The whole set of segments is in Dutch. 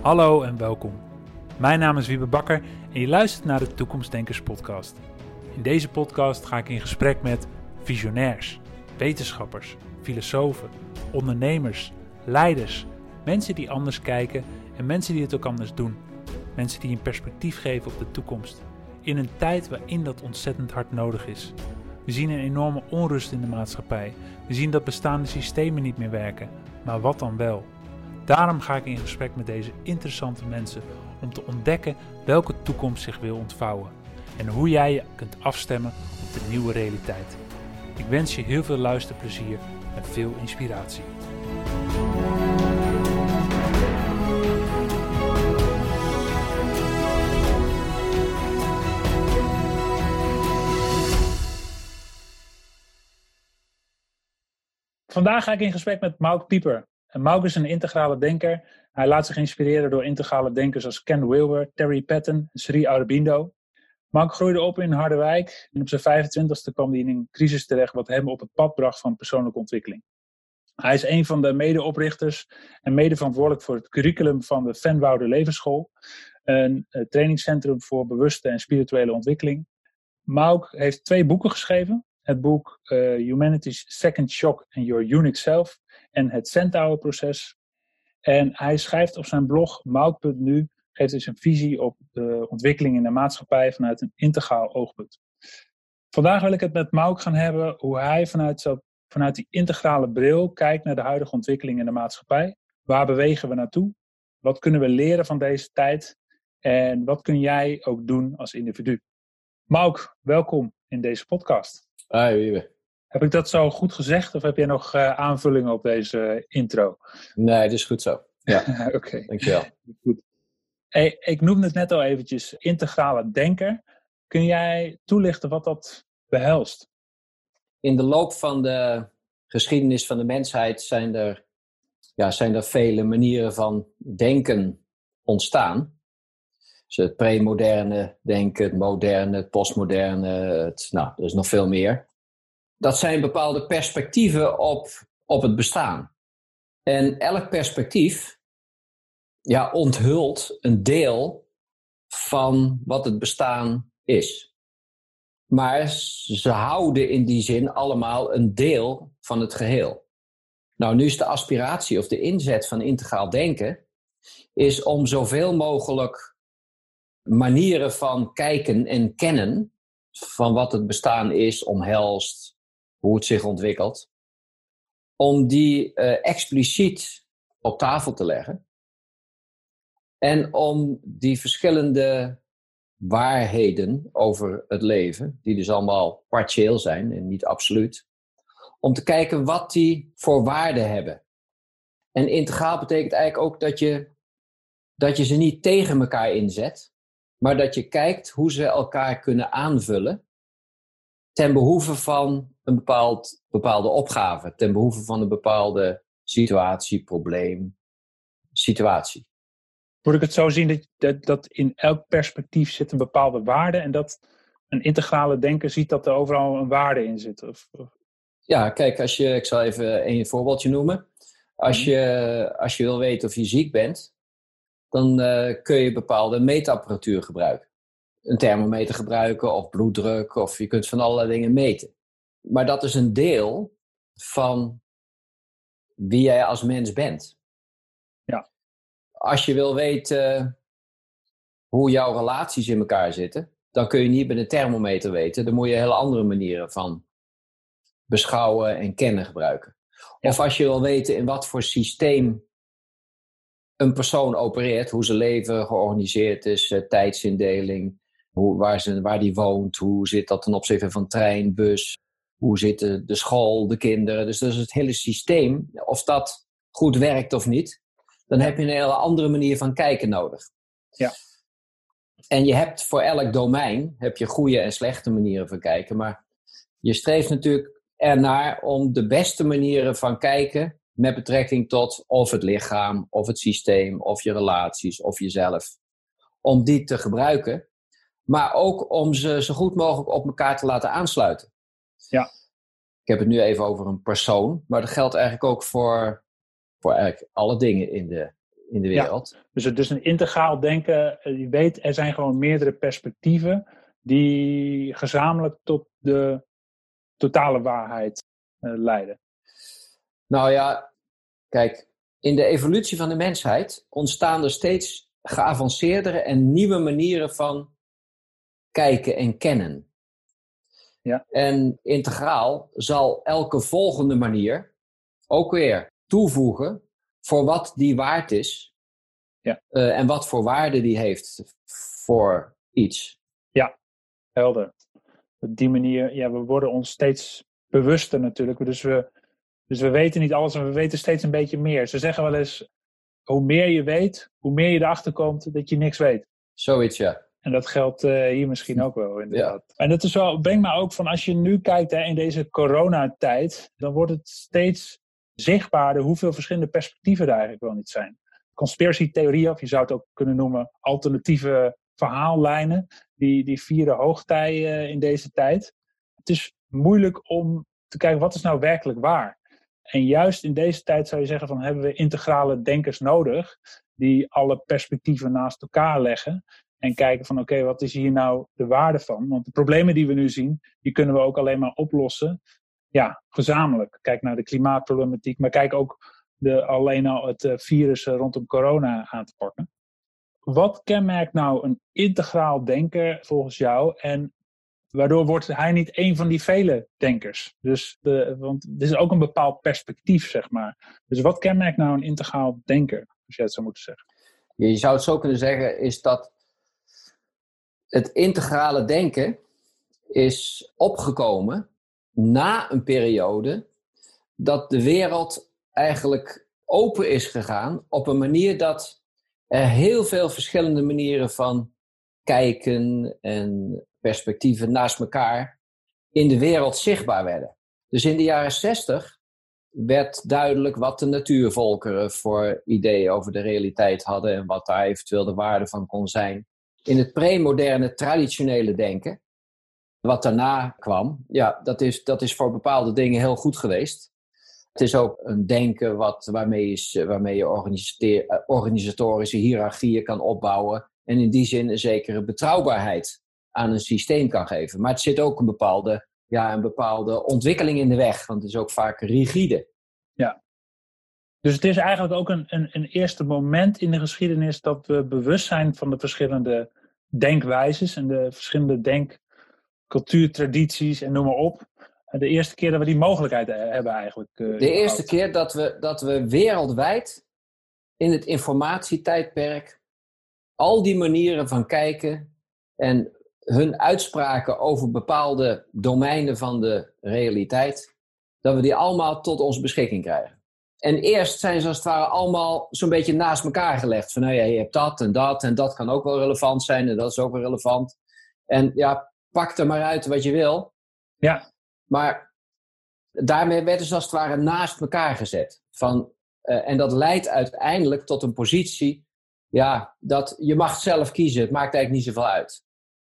Hallo en welkom. Mijn naam is Wiebe Bakker en je luistert naar de Toekomstdenkers podcast. In deze podcast ga ik in gesprek met visionairs, wetenschappers, filosofen, ondernemers, leiders, mensen die anders kijken en mensen die het ook anders doen. Mensen die een perspectief geven op de toekomst. In een tijd waarin dat ontzettend hard nodig is. We zien een enorme onrust in de maatschappij. We zien dat bestaande systemen niet meer werken. Maar wat dan wel? Daarom ga ik in gesprek met deze interessante mensen om te ontdekken welke toekomst zich wil ontvouwen. En hoe jij je kunt afstemmen op de nieuwe realiteit. Ik wens je heel veel luisterplezier en veel inspiratie. Vandaag ga ik in gesprek met Mauk Pieper. En Mauk is een integrale denker. Hij laat zich inspireren door integrale denkers als Ken Wilber, Terry Patton en Sri Aurobindo. Mauk groeide op in Harderwijk en op zijn 25e kwam hij in een crisis terecht wat hem op het pad bracht van persoonlijke ontwikkeling. Hij is een van de medeoprichters en mede verantwoordelijk voor het curriculum van de Venwoude Levensschool, een trainingscentrum voor bewuste en spirituele ontwikkeling. Mauk heeft 2 boeken geschreven. Het boek Humanity's Second Shock and Your Unique Self en het Centaur-proces. En hij schrijft op zijn blog Mauk.nu, geeft hij zijn visie op de ontwikkeling in de maatschappij vanuit een integraal oogpunt. Vandaag wil ik het met Mauk gaan hebben hoe hij vanuit die integrale bril kijkt naar de huidige ontwikkeling in de maatschappij. Waar bewegen we naartoe? Wat kunnen we leren van deze tijd? En wat kun jij ook doen als individu? Mauk, welkom in deze podcast. Hi, Wiebe. Heb ik dat zo goed gezegd of heb jij nog aanvullingen op deze intro? Nee, dat is goed zo. Ja, Oké. Dankjewel. Goed. Hey, ik noemde het net al eventjes, integrale denker. Kun jij toelichten wat dat behelst? In de loop van de geschiedenis van de mensheid zijn er vele manieren van denken ontstaan. Dus het premoderne denken, het moderne, het postmoderne, er is nog veel meer. Dat zijn bepaalde perspectieven op het bestaan. En elk perspectief onthult een deel van wat het bestaan is. Maar ze houden in die zin allemaal een deel van het geheel. Nou, nu is de aspiratie of de inzet van integraal denken is om zoveel mogelijk manieren van kijken en kennen van wat het bestaan is, omhelst, hoe het zich ontwikkelt, om die expliciet op tafel te leggen en om die verschillende waarheden over het leven, die dus allemaal partieel zijn en niet absoluut, om te kijken wat die voor waarde hebben. En integraal betekent eigenlijk ook dat je ze niet tegen elkaar inzet, maar dat je kijkt hoe ze elkaar kunnen aanvullen ten behoeve van een bepaalde opgave, ten behoeve van een bepaalde situatie, probleem, situatie. Moet ik het zo zien dat in elk perspectief zit een bepaalde waarde en dat een integrale denker ziet dat er overal een waarde in zit? Of? Ja, kijk, ik zal even een voorbeeldje noemen. Als je wil weten of je ziek bent, dan kun je bepaalde meetapparatuur gebruiken. Een thermometer gebruiken of bloeddruk of je kunt van allerlei dingen meten. Maar dat is een deel van wie jij als mens bent. Ja. Als je wil weten hoe jouw relaties in elkaar zitten, dan kun je niet met een thermometer weten. Dan moet je hele andere manieren van beschouwen en kennen gebruiken. Ja. Of als je wil weten in wat voor systeem een persoon opereert, hoe zijn leven georganiseerd is, tijdsindeling, waar die woont, hoe zit dat ten opzichte van trein, bus, hoe zitten de school, de kinderen. Dus dat is het hele systeem, of dat goed werkt of niet, dan heb je een hele andere manier van kijken nodig. Ja. En je hebt voor elk domein goede en slechte manieren van kijken, maar je streeft natuurlijk ernaar om de beste manieren van kijken met betrekking tot of het lichaam, of het systeem, of je relaties, of jezelf, om die te gebruiken, maar ook om ze zo goed mogelijk op elkaar te laten aansluiten. Ja. Ik heb het nu even over een persoon, maar dat geldt eigenlijk ook voor eigenlijk alle dingen in de wereld. Dus het is een integraal denken. Je weet, er zijn gewoon meerdere perspectieven die gezamenlijk tot de totale waarheid leiden. Nou ja, kijk, in de evolutie van de mensheid ontstaan er steeds geavanceerdere en nieuwe manieren van kijken en kennen. Ja. En integraal zal elke volgende manier ook weer toevoegen voor wat die waard is. Ja. En wat voor waarde die heeft voor iets. Ja, helder. Op die manier, we worden ons steeds bewuster natuurlijk. Dus we weten niet alles en we weten steeds een beetje meer. Ze zeggen wel eens, hoe meer je weet, hoe meer je erachter komt dat je niks weet. Zoiets, ja. En dat geldt hier misschien ook wel, inderdaad. Ja. En dat is wel, brengt me ook van, als je nu kijkt in deze coronatijd, dan wordt het steeds zichtbaarder hoeveel verschillende perspectieven er eigenlijk wel niet zijn. Conspiracy-theorieën, of je zou het ook kunnen noemen, alternatieve verhaallijnen, die vieren hoogtij in deze tijd. Het is moeilijk om te kijken, wat is nou werkelijk waar? En juist in deze tijd zou je zeggen van, hebben we integrale denkers nodig, die alle perspectieven naast elkaar leggen en kijken van, oké, wat is hier nou de waarde van? Want de problemen die we nu zien, die kunnen we ook alleen maar oplossen, gezamenlijk. Kijk naar de klimaatproblematiek, maar kijk ook alleen al het virus rondom corona aan te pakken. Wat kenmerkt nou een integraal denker volgens jou? En waardoor wordt hij niet één van die vele denkers? Want dit is ook een bepaald perspectief, zeg maar. Dus wat kenmerkt nou een integraal denker, als jij het zou moeten zeggen? Je zou het zo kunnen zeggen, is dat het integrale denken is opgekomen na een periode dat de wereld eigenlijk open is gegaan op een manier dat er heel veel verschillende manieren van kijken en perspectieven naast elkaar in de wereld zichtbaar werden. Dus in de jaren 60 werd duidelijk wat de natuurvolkeren voor ideeën over de realiteit hadden en wat daar eventueel de waarde van kon zijn. In het premoderne traditionele denken, wat daarna kwam, dat is voor bepaalde dingen heel goed geweest. Het is ook een denken waarmee je organisatorische hiërarchieën kan opbouwen en in die zin een zekere betrouwbaarheid aan een systeem kan geven. Maar het zit ook een bepaalde ontwikkeling in de weg, want het is ook vaak rigide. Ja. Dus het is eigenlijk ook een eerste moment in de geschiedenis dat we bewust zijn van de verschillende denkwijzes en de verschillende cultuurtradities en noem maar op. De eerste keer dat we die mogelijkheid hebben eigenlijk. De eerste keer dat we wereldwijd in het informatietijdperk al die manieren van kijken en hun uitspraken over bepaalde domeinen van de realiteit, dat we die allemaal tot onze beschikking krijgen. En eerst zijn ze als het ware allemaal zo'n beetje naast elkaar gelegd. Van je hebt dat en dat kan ook wel relevant zijn en dat is ook wel relevant. En pak er maar uit wat je wil. Ja. Maar daarmee werden ze als het ware naast elkaar gezet. En dat leidt uiteindelijk tot een positie, dat je mag zelf kiezen. Het maakt eigenlijk niet zoveel uit.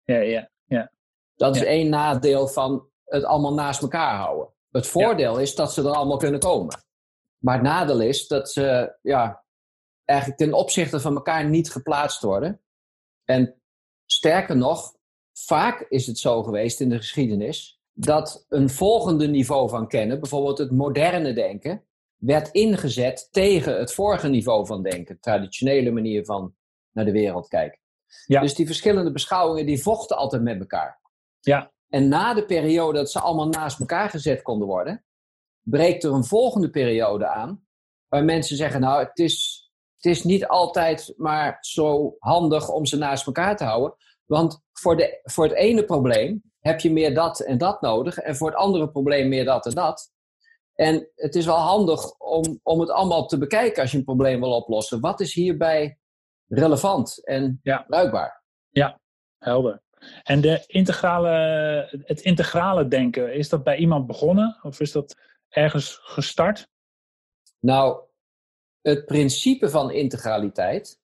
Ja. Dat is één nadeel van het allemaal naast elkaar houden. Het voordeel is dat ze er allemaal kunnen komen. Maar het nadeel is dat ze eigenlijk ten opzichte van elkaar niet geplaatst worden. En sterker nog, vaak is het zo geweest in de geschiedenis dat een volgende niveau van kennen, bijvoorbeeld het moderne denken, werd ingezet tegen het vorige niveau van denken. Traditionele manier van naar de wereld kijken. Ja. Dus die verschillende beschouwingen die vochten altijd met elkaar. Ja. En na de periode dat ze allemaal naast elkaar gezet konden worden, breekt er een volgende periode aan, waar mensen zeggen, nou, het is niet altijd maar zo handig om ze naast elkaar te houden, want voor het ene probleem heb je meer dat en dat nodig, en voor het andere probleem meer dat en dat. En het is wel handig om het allemaal te bekijken als je een probleem wil oplossen. Wat is hierbij relevant en bruikbaar? Ja, helder. En het integrale denken, is dat bij iemand begonnen? Of is dat ergens gestart? Nou, het principe van integraliteit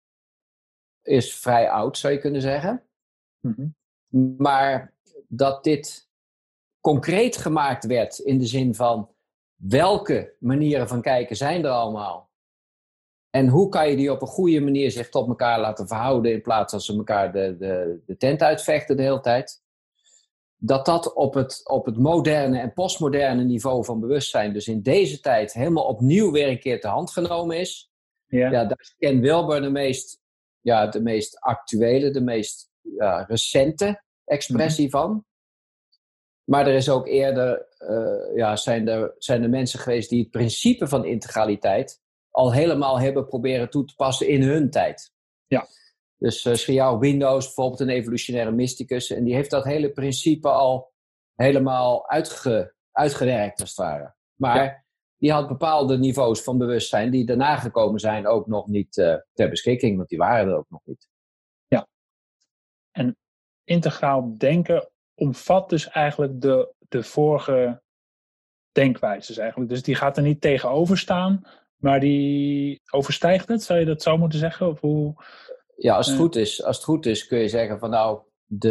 is vrij oud, zou je kunnen zeggen. Mm-hmm. Maar dat dit concreet gemaakt werd in de zin van welke manieren van kijken zijn er allemaal En hoe kan je die op een goede manier zich tot elkaar laten verhouden in plaats van ze elkaar de tent uitvechten de hele tijd. Dat op het moderne en postmoderne niveau van bewustzijn dus in deze tijd helemaal opnieuw weer een keer te hand genomen is. Ja. Ja, daar is Ken Wilber de meest actuele, de meest recente expressie van. Maar er is ook eerder, zijn er mensen geweest die het principe van integraliteit al helemaal hebben proberen toe te passen in hun tijd. Ja. Dus Sri Aurobindo is bijvoorbeeld een evolutionaire mysticus en die heeft dat hele principe al helemaal uitgewerkt als het ware. Maar die had bepaalde niveaus van bewustzijn die daarna gekomen zijn ook nog niet ter beschikking, want die waren er ook nog niet. Ja. En integraal denken omvat dus eigenlijk de vorige denkwijzes eigenlijk. Dus die gaat er niet tegenover staan, maar die overstijgt het, zou je dat zo moeten zeggen? Of hoe? Ja, als het goed is kun je zeggen van nou,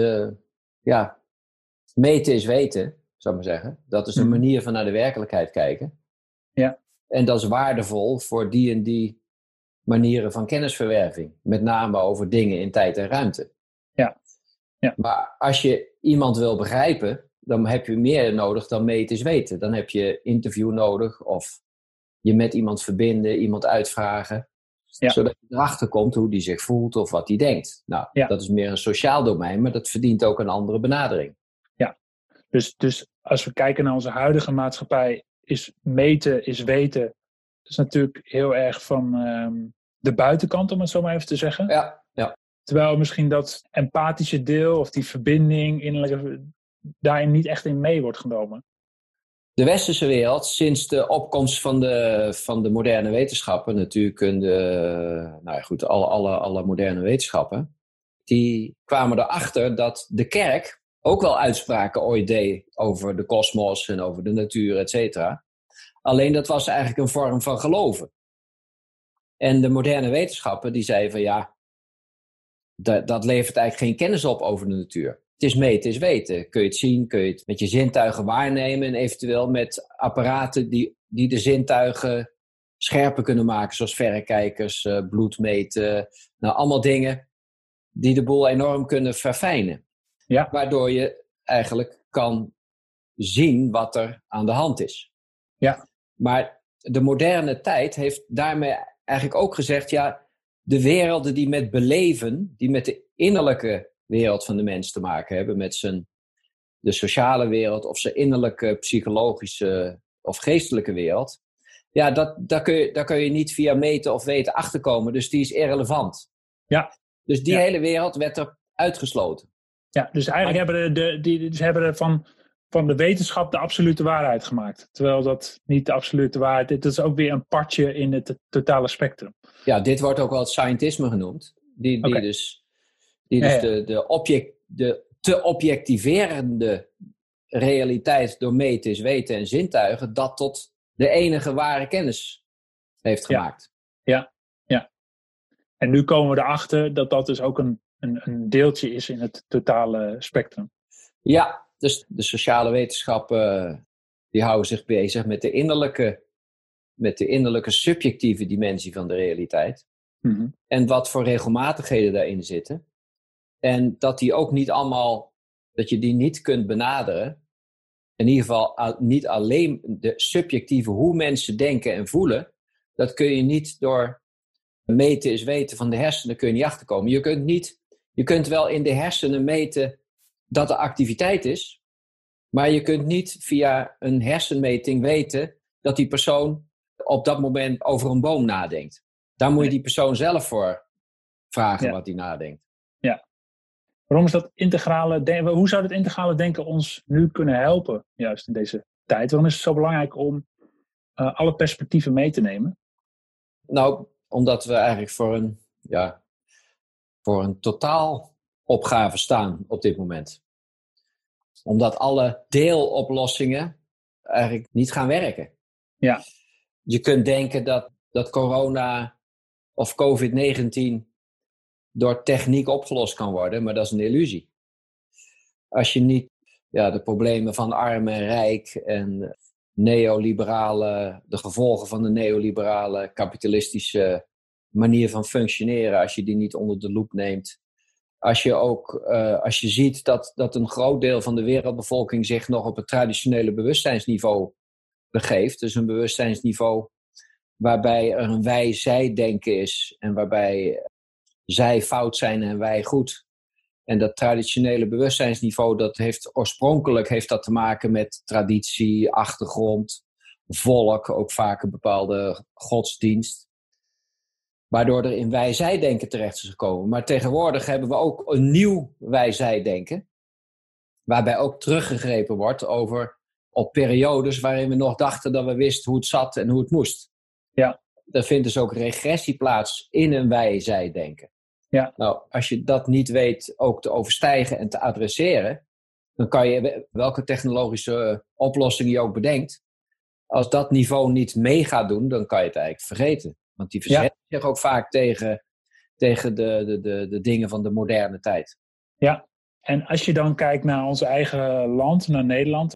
meten is weten, zou ik maar zeggen. Dat is een manier van naar de werkelijkheid kijken. Ja. En dat is waardevol voor die en die manieren van kennisverwerving. Met name over dingen in tijd en ruimte. Ja. Ja. Maar als je iemand wil begrijpen, dan heb je meer nodig dan meten is weten. Dan heb je interview nodig of je met iemand verbinden, iemand uitvragen. Ja. Zodat je erachter komt hoe die zich voelt of wat hij denkt. Nou, dat is meer een sociaal domein, maar dat verdient ook een andere benadering. Ja, dus als we kijken naar onze huidige maatschappij, is meten, is weten. Dat is natuurlijk heel erg van de buitenkant, om het zo maar even te zeggen. Ja. Terwijl misschien dat empathische deel of die verbinding innerlijke daarin niet echt in mee wordt genomen. De westerse wereld, sinds de opkomst van de moderne wetenschappen, natuurkunde, alle moderne wetenschappen, die kwamen erachter dat de kerk ook wel uitspraken ooit deed over de kosmos en over de natuur, et cetera. Alleen dat was eigenlijk een vorm van geloven. En de moderne wetenschappen die zeiden van dat levert eigenlijk geen kennis op over de natuur. Het is meten, is weten. Kun je het zien, kun je het met je zintuigen waarnemen en eventueel met apparaten die de zintuigen scherper kunnen maken, zoals verrekijkers, bloed meten. Nou, allemaal dingen die de boel enorm kunnen verfijnen. Ja. Waardoor je eigenlijk kan zien wat er aan de hand is. Ja. Maar de moderne tijd heeft daarmee eigenlijk ook gezegd, de werelden die met beleven, die met de innerlijke wereld van de mens te maken hebben, met de sociale wereld of zijn innerlijke psychologische of geestelijke wereld, daar kun je niet via meten of weten achterkomen, dus die is irrelevant. Ja. Dus die hele wereld werd er uitgesloten. Ja, dus eigenlijk hebben er van de wetenschap de absolute waarheid gemaakt. Terwijl dat niet de absolute waarheid is. Dat is ook weer een partje in het totale spectrum. Ja, dit wordt ook wel het scientisme genoemd. Die dus de te objectiverende realiteit door meten is weten en zintuigen, dat tot de enige ware kennis heeft gemaakt. Ja. En nu komen we erachter dat dat dus ook een deeltje is in het totale spectrum. Ja, dus de sociale wetenschappen die houden zich bezig met de innerlijke subjectieve dimensie van de realiteit. Mm-hmm. En wat voor regelmatigheden daarin zitten. En dat die ook niet allemaal, dat je die niet kunt benaderen. In ieder geval niet alleen de subjectieve hoe mensen denken en voelen. Dat kun je niet door meten is weten van de hersenen, kun je niet achterkomen. Je kunt wel in de hersenen meten dat er activiteit is. Maar je kunt niet via een hersenmeting weten dat die persoon op dat moment over een boom nadenkt. Daar moet je die persoon zelf voor vragen wat hij nadenkt. Ja. Waarom is dat integrale denken? Hoe zou het integrale denken ons nu kunnen helpen, juist in deze tijd? Waarom is het zo belangrijk om alle perspectieven mee te nemen? Nou, omdat we eigenlijk voor een totaalopgave staan op dit moment. Omdat alle deeloplossingen eigenlijk niet gaan werken. Ja. Je kunt denken dat corona of COVID-19 door techniek opgelost kan worden, maar dat is een illusie. Als je niet de problemen van arm en rijk en de gevolgen van de neoliberale kapitalistische manier van functioneren als je die niet onder de loep neemt. Als je ziet dat een groot deel van de wereldbevolking zich nog op het traditionele bewustzijnsniveau begeeft. Dus een bewustzijnsniveau waarbij er een wij-zij-denken is. En waarbij zij fout zijn en wij goed. En dat traditionele bewustzijnsniveau, oorspronkelijk heeft dat te maken met traditie, achtergrond, volk, ook vaak een bepaalde godsdienst. Waardoor er in wij-zij-denken terecht is gekomen. Maar tegenwoordig hebben we ook een nieuw wij-zij-denken. Waarbij ook teruggegrepen wordt op periodes waarin we nog dachten dat we wisten hoe het zat en hoe het moest. Ja. Er vindt dus ook regressie plaats in een wij-zij-denken. Ja. Nou, als je dat niet weet ook te overstijgen en te adresseren, dan kan je, welke technologische oplossing je ook bedenkt, als dat niveau niet mee gaat doen, dan kan je het eigenlijk vergeten. Want die verzetten zich ook vaak tegen de dingen van de moderne tijd. Ja, en als je dan kijkt naar ons eigen land, naar Nederland,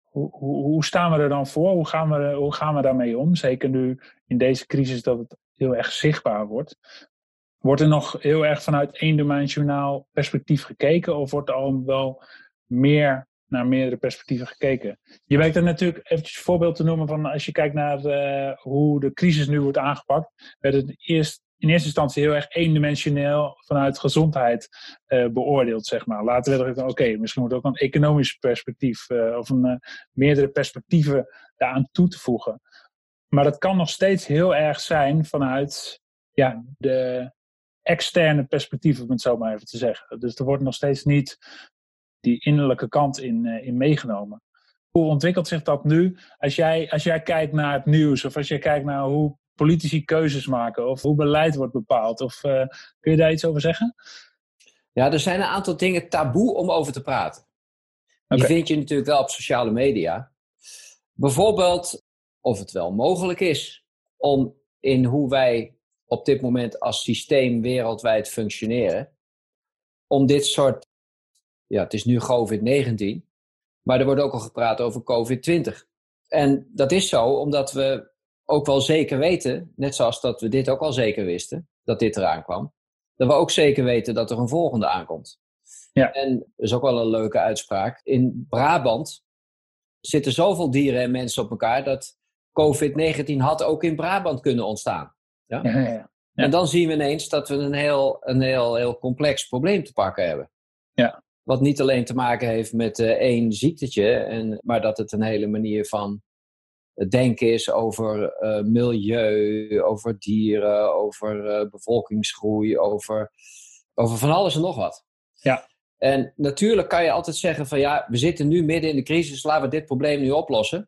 hoe staan we er dan voor? Hoe gaan we daarmee om? Zeker nu in deze crisis dat het heel erg zichtbaar wordt. Wordt er nog heel erg vanuit eendimensionaal perspectief gekeken? Of wordt er al wel meer naar meerdere perspectieven gekeken? Je weet er natuurlijk eventjes een voorbeeld te noemen van als je kijkt naar hoe de crisis nu wordt aangepakt. Werd het in eerste instantie heel erg eendimensioneel vanuit gezondheid beoordeeld, zeg maar. Later werd er oké, misschien moet ook een economisch perspectief of meerdere perspectieven daaraan toe te voegen. Maar dat kan nog steeds heel erg zijn vanuit de externe perspectief, om het zo maar even te zeggen. Dus er wordt nog steeds niet die innerlijke kant in meegenomen. Hoe ontwikkelt zich dat nu? Als jij kijkt naar het nieuws of als jij kijkt naar hoe politici keuzes maken of hoe beleid wordt bepaald, of kun je daar iets over zeggen? Ja, er zijn een aantal dingen taboe om over te praten. Die vind je natuurlijk wel op sociale media. Bijvoorbeeld of het wel mogelijk is om in hoe wij op dit moment als systeem wereldwijd functioneren, om dit soort, het is nu COVID-19, maar er wordt ook al gepraat over COVID-20. En dat is zo omdat we ook wel zeker weten, net zoals dat we dit ook al zeker wisten, dat dit eraan kwam, dat we ook zeker weten dat er een volgende aankomt. Ja. En dat is ook wel een leuke uitspraak. In Brabant zitten zoveel dieren en mensen op elkaar dat COVID-19 had ook in Brabant kunnen ontstaan. Ja? Ja. En dan zien we ineens dat we een heel complex probleem te pakken hebben. Ja. Wat niet alleen te maken heeft met één ziektetje, maar dat het een hele manier van denken is over milieu, over dieren, over bevolkingsgroei, over van alles en nog wat. Ja. En natuurlijk kan je altijd zeggen van we zitten nu midden in de crisis, laten we dit probleem nu oplossen.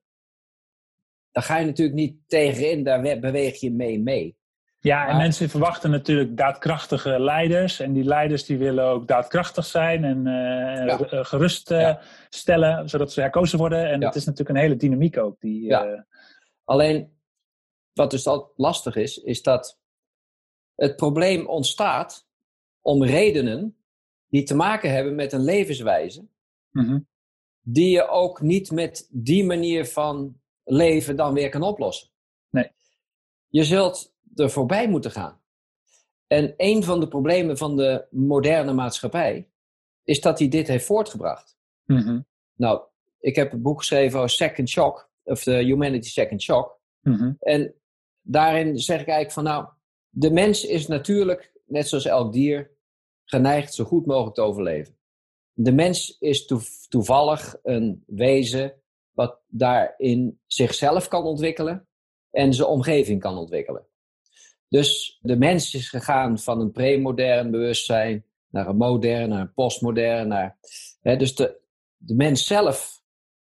Daar ga je natuurlijk niet tegenin, daar beweeg je mee. Ja, en mensen verwachten natuurlijk daadkrachtige leiders. En die leiders die willen ook daadkrachtig zijn en gerust stellen, zodat ze herkozen worden. En dat is natuurlijk een hele dynamiek ook. Alleen, wat dus al lastig is dat het probleem ontstaat om redenen die te maken hebben met een levenswijze, die je ook niet met die manier van leven dan weer kan oplossen. Nee. Je zult er voorbij moeten gaan. En een van de problemen van de moderne maatschappij is dat hij dit heeft voortgebracht. Nou, ik heb een boek geschreven over Second Shock, of The Humanity Second Shock. En daarin zeg ik eigenlijk van de mens is natuurlijk, net zoals elk dier, geneigd zo goed mogelijk te overleven. De mens is toevallig een wezen wat daarin zichzelf kan ontwikkelen en zijn omgeving kan ontwikkelen. Dus de mens is gegaan van een premodern bewustzijn naar een modern, naar een postmodern. Dus de mens zelf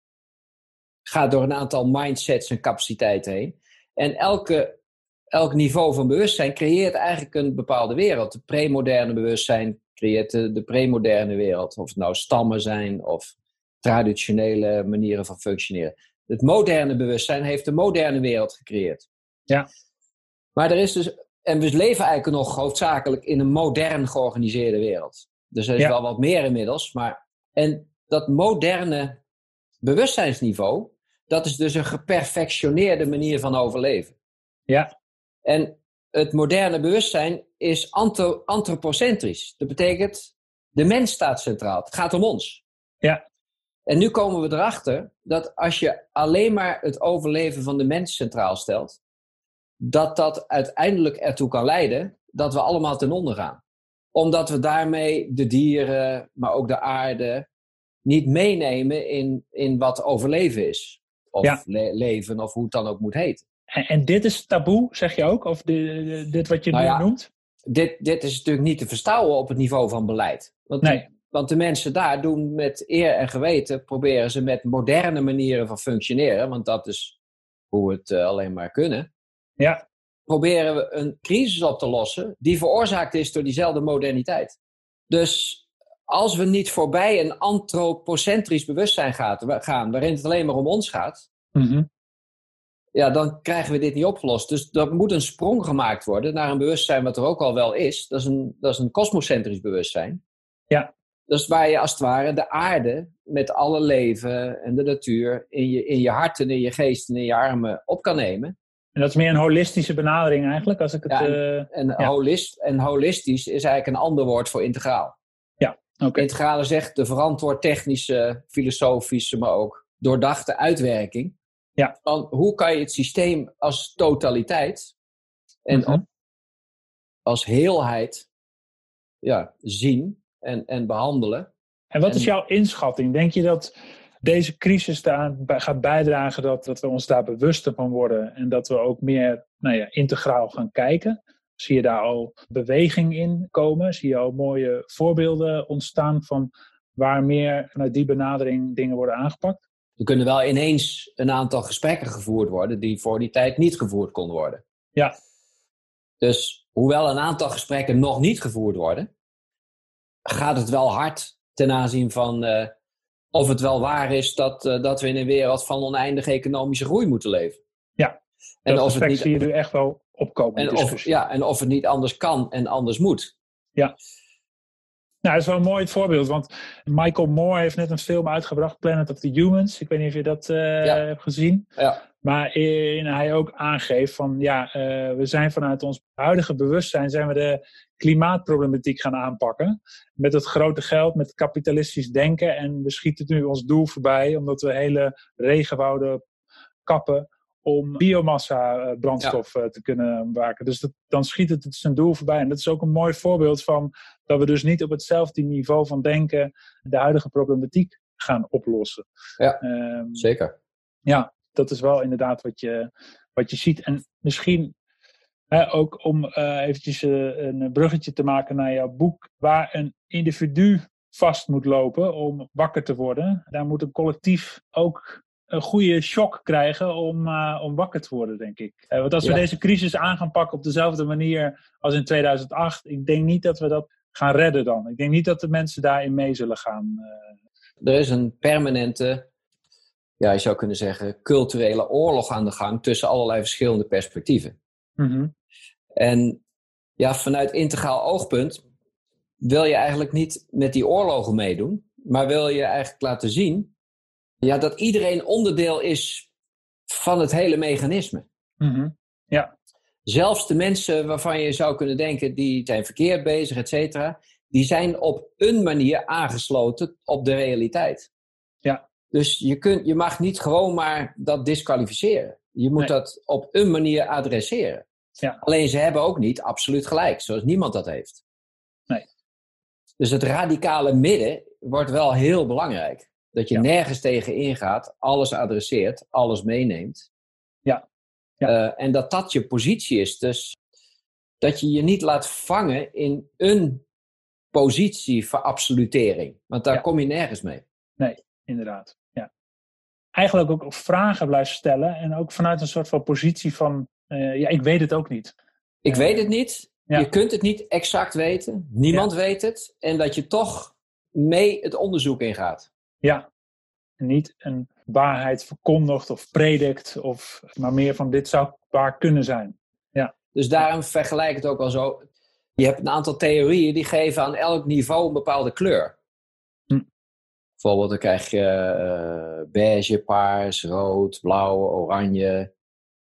gaat door een aantal mindsets en capaciteiten heen. En elk niveau van bewustzijn creëert eigenlijk een bepaalde wereld. Het premoderne bewustzijn creëert de premoderne wereld. Of het nou stammen zijn of traditionele manieren van functioneren. Het moderne bewustzijn heeft de moderne wereld gecreëerd. Ja. Maar er is dus, en we leven eigenlijk nog hoofdzakelijk in een modern georganiseerde wereld. Dus er is wel wat meer inmiddels. En dat moderne bewustzijnsniveau, dat is dus een geperfectioneerde manier van overleven. Ja. En het moderne bewustzijn is antropocentrisch. Dat betekent, de mens staat centraal. Het gaat om ons. Ja. En nu komen we erachter dat als je alleen maar het overleven van de mens centraal stelt, dat uiteindelijk ertoe kan leiden dat we allemaal ten onder gaan. Omdat we daarmee de dieren, maar ook de aarde, niet meenemen in wat overleven is. Of leven, of hoe het dan ook moet heten. En dit is taboe, zeg je ook? Of dit wat je nu noemt? Dit is natuurlijk niet te verstouwen op het niveau van beleid. Want de mensen daar doen met eer en geweten, proberen ze met moderne manieren van functioneren, want dat is hoe we het alleen maar kunnen. Ja. Proberen we een crisis op te lossen die veroorzaakt is door diezelfde moderniteit. Dus als we niet voorbij een antropocentrisch bewustzijn gaan waarin het alleen maar om ons gaat, ja, dan krijgen we dit niet opgelost. Dus er moet een sprong gemaakt worden naar een bewustzijn wat er ook al wel is. Dat is een kosmocentrisch bewustzijn. Ja. Dat is waar je als het ware de aarde met alle leven en de natuur in je hart en in je geest en in je armen op kan nemen. En dat is meer een holistische benadering eigenlijk, als ik het... En holistisch is eigenlijk een ander woord voor integraal. Ja, oké. Integrale zegt de verantwoord technische, filosofische, maar ook doordachte uitwerking. Ja. Van hoe kan je het systeem als totaliteit en als heelheid zien en behandelen. En wat is jouw inschatting? Denk je dat deze crisis daaraan gaat bijdragen dat we ons daar bewuster van worden en dat we ook meer integraal gaan kijken? Zie je daar al beweging in komen? Zie je al mooie voorbeelden ontstaan van waar meer vanuit die benadering dingen worden aangepakt? Er kunnen wel ineens een aantal gesprekken gevoerd worden die voor die tijd niet gevoerd konden worden. Ja. Dus hoewel een aantal gesprekken nog niet gevoerd worden, gaat het wel hard ten aanzien van of het wel waar is dat we in een wereld van oneindige economische groei moeten leven. Ja, en dat aspect zie je nu echt wel opkomen. En of het niet anders kan en anders moet. Ja. Nou, dat is wel een mooi voorbeeld, want Michael Moore heeft net een film uitgebracht, Planet of the Humans. Ik weet niet of je dat hebt gezien. Ja. Maar hij ook aangeeft van, we zijn vanuit ons huidige bewustzijn zijn we de klimaatproblematiek gaan aanpakken. Met het grote geld, met kapitalistisch denken. En we schieten nu ons doel voorbij, omdat we hele regenwouden kappen om biomassa brandstof te kunnen maken. Dus dan schiet het zijn doel voorbij. En dat is ook een mooi voorbeeld van dat we dus niet op hetzelfde niveau van denken de huidige problematiek gaan oplossen. Ja, zeker. Ja, dat is wel inderdaad wat je ziet. En misschien ook om eventjes een bruggetje te maken naar jouw boek, waar een individu vast moet lopen om wakker te worden. Daar moet een collectief ook een goede shock krijgen om wakker te worden, denk ik. Want als we deze crisis aan gaan pakken op dezelfde manier als in 2008, ik denk niet dat we dat gaan redden dan. Ik denk niet dat de mensen daarin mee zullen gaan. Er is een permanente, je zou kunnen zeggen, culturele oorlog aan de gang tussen allerlei verschillende perspectieven. Mm-hmm. En vanuit integraal oogpunt wil je eigenlijk niet met die oorlogen meedoen, maar wil je eigenlijk laten zien dat iedereen onderdeel is van het hele mechanisme. Mm-hmm. Ja. Zelfs de mensen waarvan je zou kunnen denken, die zijn verkeerd bezig, et cetera, die zijn op een manier aangesloten op de realiteit. Ja. Dus je mag niet gewoon maar dat disqualificeren. Je moet dat op een manier adresseren. Ja. Alleen ze hebben ook niet absoluut gelijk, zoals niemand dat heeft. Nee. Dus het radicale midden wordt wel heel belangrijk. Dat je nergens tegen ingaat, alles adresseert, alles meeneemt. Ja. Ja. En dat je positie is. Dus dat je je niet laat vangen in een positie voor absolutering. Want daar kom je nergens mee. Nee, inderdaad. Ja. Eigenlijk ook vragen blijven stellen. En ook vanuit een soort van positie van, ik weet het ook niet. Ik weet het niet. Ja. Je kunt het niet exact weten. Niemand weet het. En dat je toch mee het onderzoek ingaat. Ja. En niet een waarheid verkondigt of predikt. Maar meer van dit zou waar kunnen zijn. Ja. Dus daarom vergelijk ik het ook wel zo. Je hebt een aantal theorieën die geven aan elk niveau een bepaalde kleur. Bijvoorbeeld dan krijg je beige, paars, rood, blauw, oranje.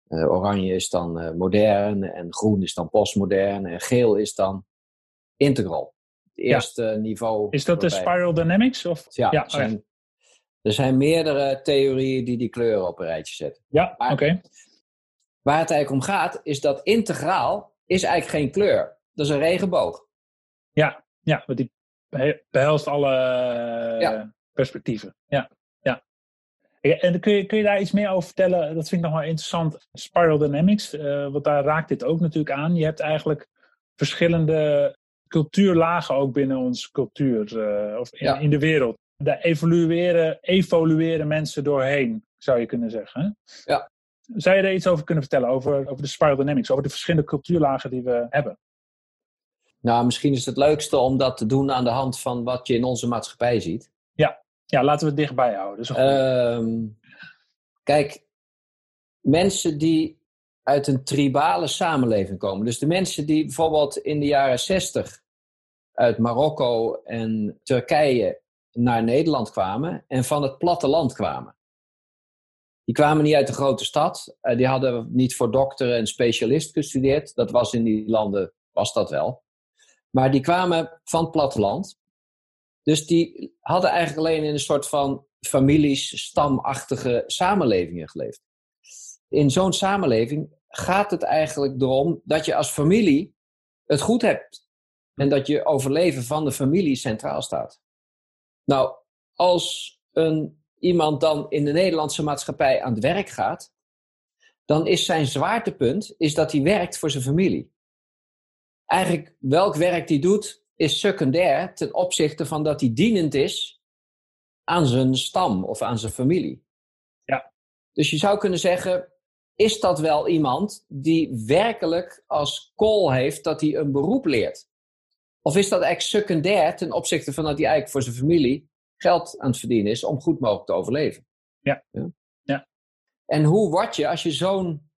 Oranje is dan modern en groen is dan postmodern en geel is dan integral. Het eerste niveau. Is dat de Spiral Dynamics? Of? Ja, er zijn meerdere theorieën die kleuren op een rijtje zetten. Ja, oké. Waar het eigenlijk om gaat, is dat integraal is eigenlijk geen kleur. Dat is een regenboog. Ja, want die behelst alle perspectieven. Ja. En kun je daar iets meer over vertellen? Dat vind ik nog wel interessant. Spiral Dynamics, want daar raakt dit ook natuurlijk aan. Je hebt eigenlijk verschillende cultuurlagen ook binnen onze cultuur. Of in de wereld. Daar evolueren mensen doorheen, zou je kunnen zeggen. Hè? Ja. Zou je er iets over kunnen vertellen? Over de Spiral Dynamics, over de verschillende cultuurlagen die we hebben? Nou, misschien is het leukste om dat te doen aan de hand van wat je in onze maatschappij ziet. Ja, laten we het dichtbij houden. Kijk, mensen die uit een tribale samenleving komen. Dus de mensen die bijvoorbeeld in de jaren 60 uit Marokko en Turkije naar Nederland kwamen en van het platteland kwamen. Die kwamen niet uit de grote stad. Die hadden niet voor dokter en specialist gestudeerd. Dat was in die landen, was dat wel. Maar die kwamen van het platteland. Dus die hadden eigenlijk alleen in een soort van families, stamachtige samenlevingen geleefd. In zo'n samenleving gaat het eigenlijk erom dat je als familie het goed hebt. En dat je overleven van de familie centraal staat. Nou, als iemand dan in de Nederlandse maatschappij aan het werk gaat, dan is zijn zwaartepunt dat hij werkt voor zijn familie. Eigenlijk welk werk hij doet is secundair ten opzichte van dat hij dienend is aan zijn stam of aan zijn familie. Ja. Dus je zou kunnen zeggen, is dat wel iemand die werkelijk als goal heeft dat hij een beroep leert? Of is dat eigenlijk secundair ten opzichte van dat hij eigenlijk voor zijn familie geld aan het verdienen is om goed mogelijk te overleven? Ja. En hoe word je, als je zo'n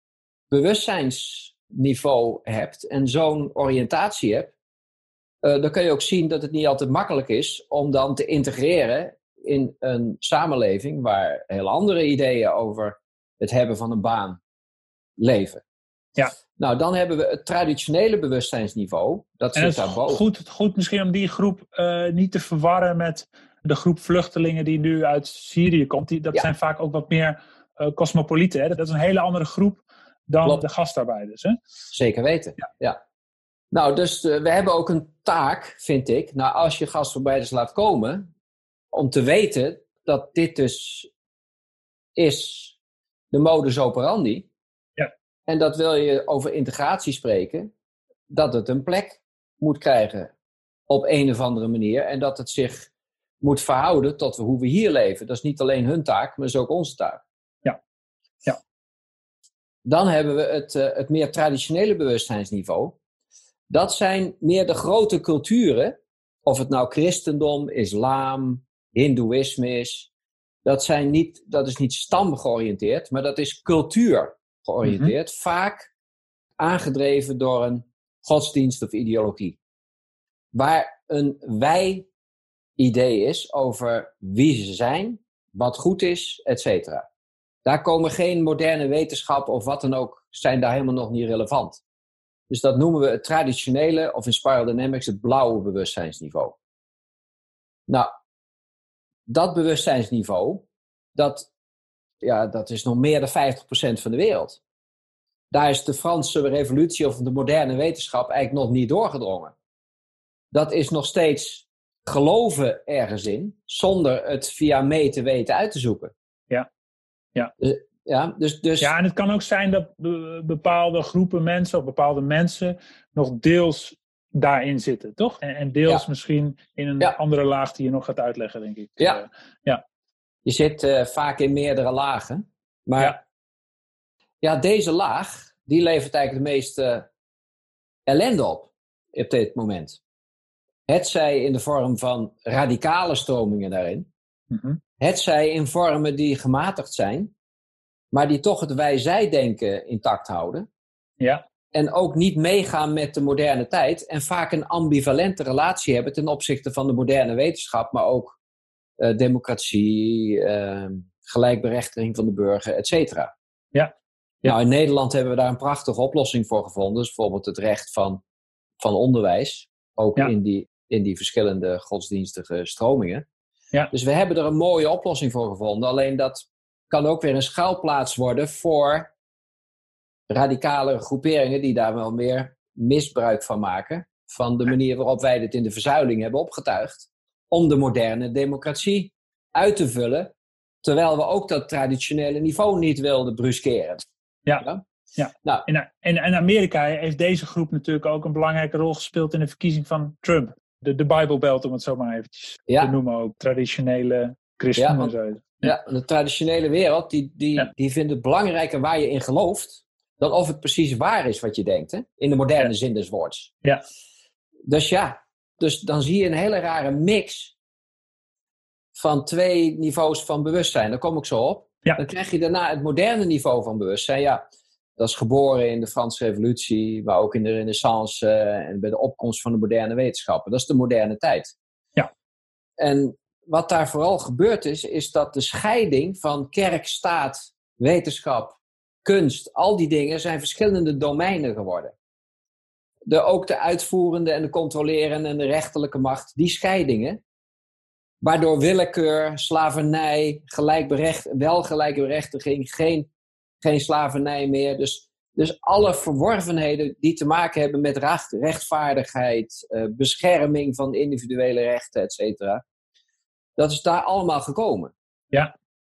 bewustzijnsniveau hebt en zo'n oriëntatie hebt, dan kun je ook zien dat het niet altijd makkelijk is om dan te integreren in een samenleving waar heel andere ideeën over het hebben van een baan leven. Ja. Nou, dan hebben we het traditionele bewustzijnsniveau. Dat zit daarboven. Goed misschien om die groep niet te verwarren met de groep vluchtelingen die nu uit Syrië komt. Dat zijn vaak ook wat meer cosmopolieten. Hè? Dat is een hele andere groep dan de gastarbeiders. Hè? Zeker weten, ja. Nou, dus we hebben ook een taak, vind ik. Nou, als je gastarbeiders laat komen, om te weten dat dit dus is de modus operandi. Ja. En dat wil je over integratie spreken, dat het een plek moet krijgen op een of andere manier. En dat het zich moet verhouden tot hoe we hier leven. Dat is niet alleen hun taak, maar dat is ook onze taak. Ja. Dan hebben we het meer traditionele bewustzijnsniveau. Dat zijn meer de grote culturen, of het nou christendom, islam, hindoeïsme is. Dat is niet stamgeoriënteerd, maar dat is cultuur georiënteerd. Mm-hmm. Vaak aangedreven door een godsdienst of ideologie. Waar een wij-idee is over wie ze zijn, wat goed is, etc. Daar komen geen moderne wetenschap of wat dan ook, zijn daar helemaal nog niet relevant. Dus dat noemen we het traditionele, of in Spiral Dynamics, het blauwe bewustzijnsniveau. Nou, dat bewustzijnsniveau, dat is nog meer dan 50% van de wereld. Daar is de Franse revolutie of de moderne wetenschap eigenlijk nog niet doorgedrongen. Dat is nog steeds geloven ergens in, zonder het via mee te weten uit te zoeken. Ja. Dus... Ja, en het kan ook zijn dat bepaalde groepen mensen of bepaalde mensen nog deels daarin zitten, toch? En deels misschien in een andere laag die je nog gaat uitleggen, denk ik. Ja. Je zit vaak in meerdere lagen. Maar deze laag, die levert eigenlijk de meeste ellende op dit moment. Hetzij in de vorm van radicale stromingen daarin. Mm-hmm. Hetzij in vormen die gematigd zijn, maar die toch het wij-zij-denken intact houden. Ja. En ook niet meegaan met de moderne tijd. En vaak een ambivalente relatie hebben ten opzichte van de moderne wetenschap. Maar ook democratie, gelijkberechtiging van de burger, et cetera. Ja. Ja. Nou, in Nederland hebben we daar een prachtige oplossing voor gevonden. Dus bijvoorbeeld het recht van onderwijs. Ook in die verschillende godsdienstige stromingen. Ja. Dus we hebben er een mooie oplossing voor gevonden. Alleen dat kan ook weer een schuilplaats worden voor radicale groeperingen die daar wel meer misbruik van maken. Van de manier waarop wij dit in de verzuiling hebben opgetuigd. Om de moderne democratie uit te vullen. Terwijl we ook dat traditionele niveau niet wilden bruskeren. Ja. Nou, In Amerika heeft deze groep natuurlijk ook een belangrijke rol gespeeld in de verkiezing van Trump. De Bible Belt, om het zo maar eventjes te noemen, ook traditionele christenen. De traditionele wereld, die vindt het belangrijker waar je in gelooft, dan of het precies waar is wat je denkt. Hè? In de moderne zin des woords. Ja. Dus dan zie je een hele rare mix van twee niveaus van bewustzijn. Daar kom ik zo op. Ja. Dan krijg je daarna het moderne niveau van bewustzijn. Ja, dat is geboren in de Franse Revolutie, maar ook in de Renaissance en bij de opkomst van de moderne wetenschappen. Dat is de moderne tijd. Ja. En wat daar vooral gebeurd is dat de scheiding van kerk, staat, wetenschap, kunst, al die dingen zijn verschillende domeinen geworden. Ook de uitvoerende en de controlerende en de rechterlijke macht, die scheidingen, waardoor willekeur, slavernij, gelijkberechtiging, geen slavernij meer. Dus alle verworvenheden die te maken hebben met rechtvaardigheid, bescherming van individuele rechten, et cetera. Dat is daar allemaal gekomen. Ja.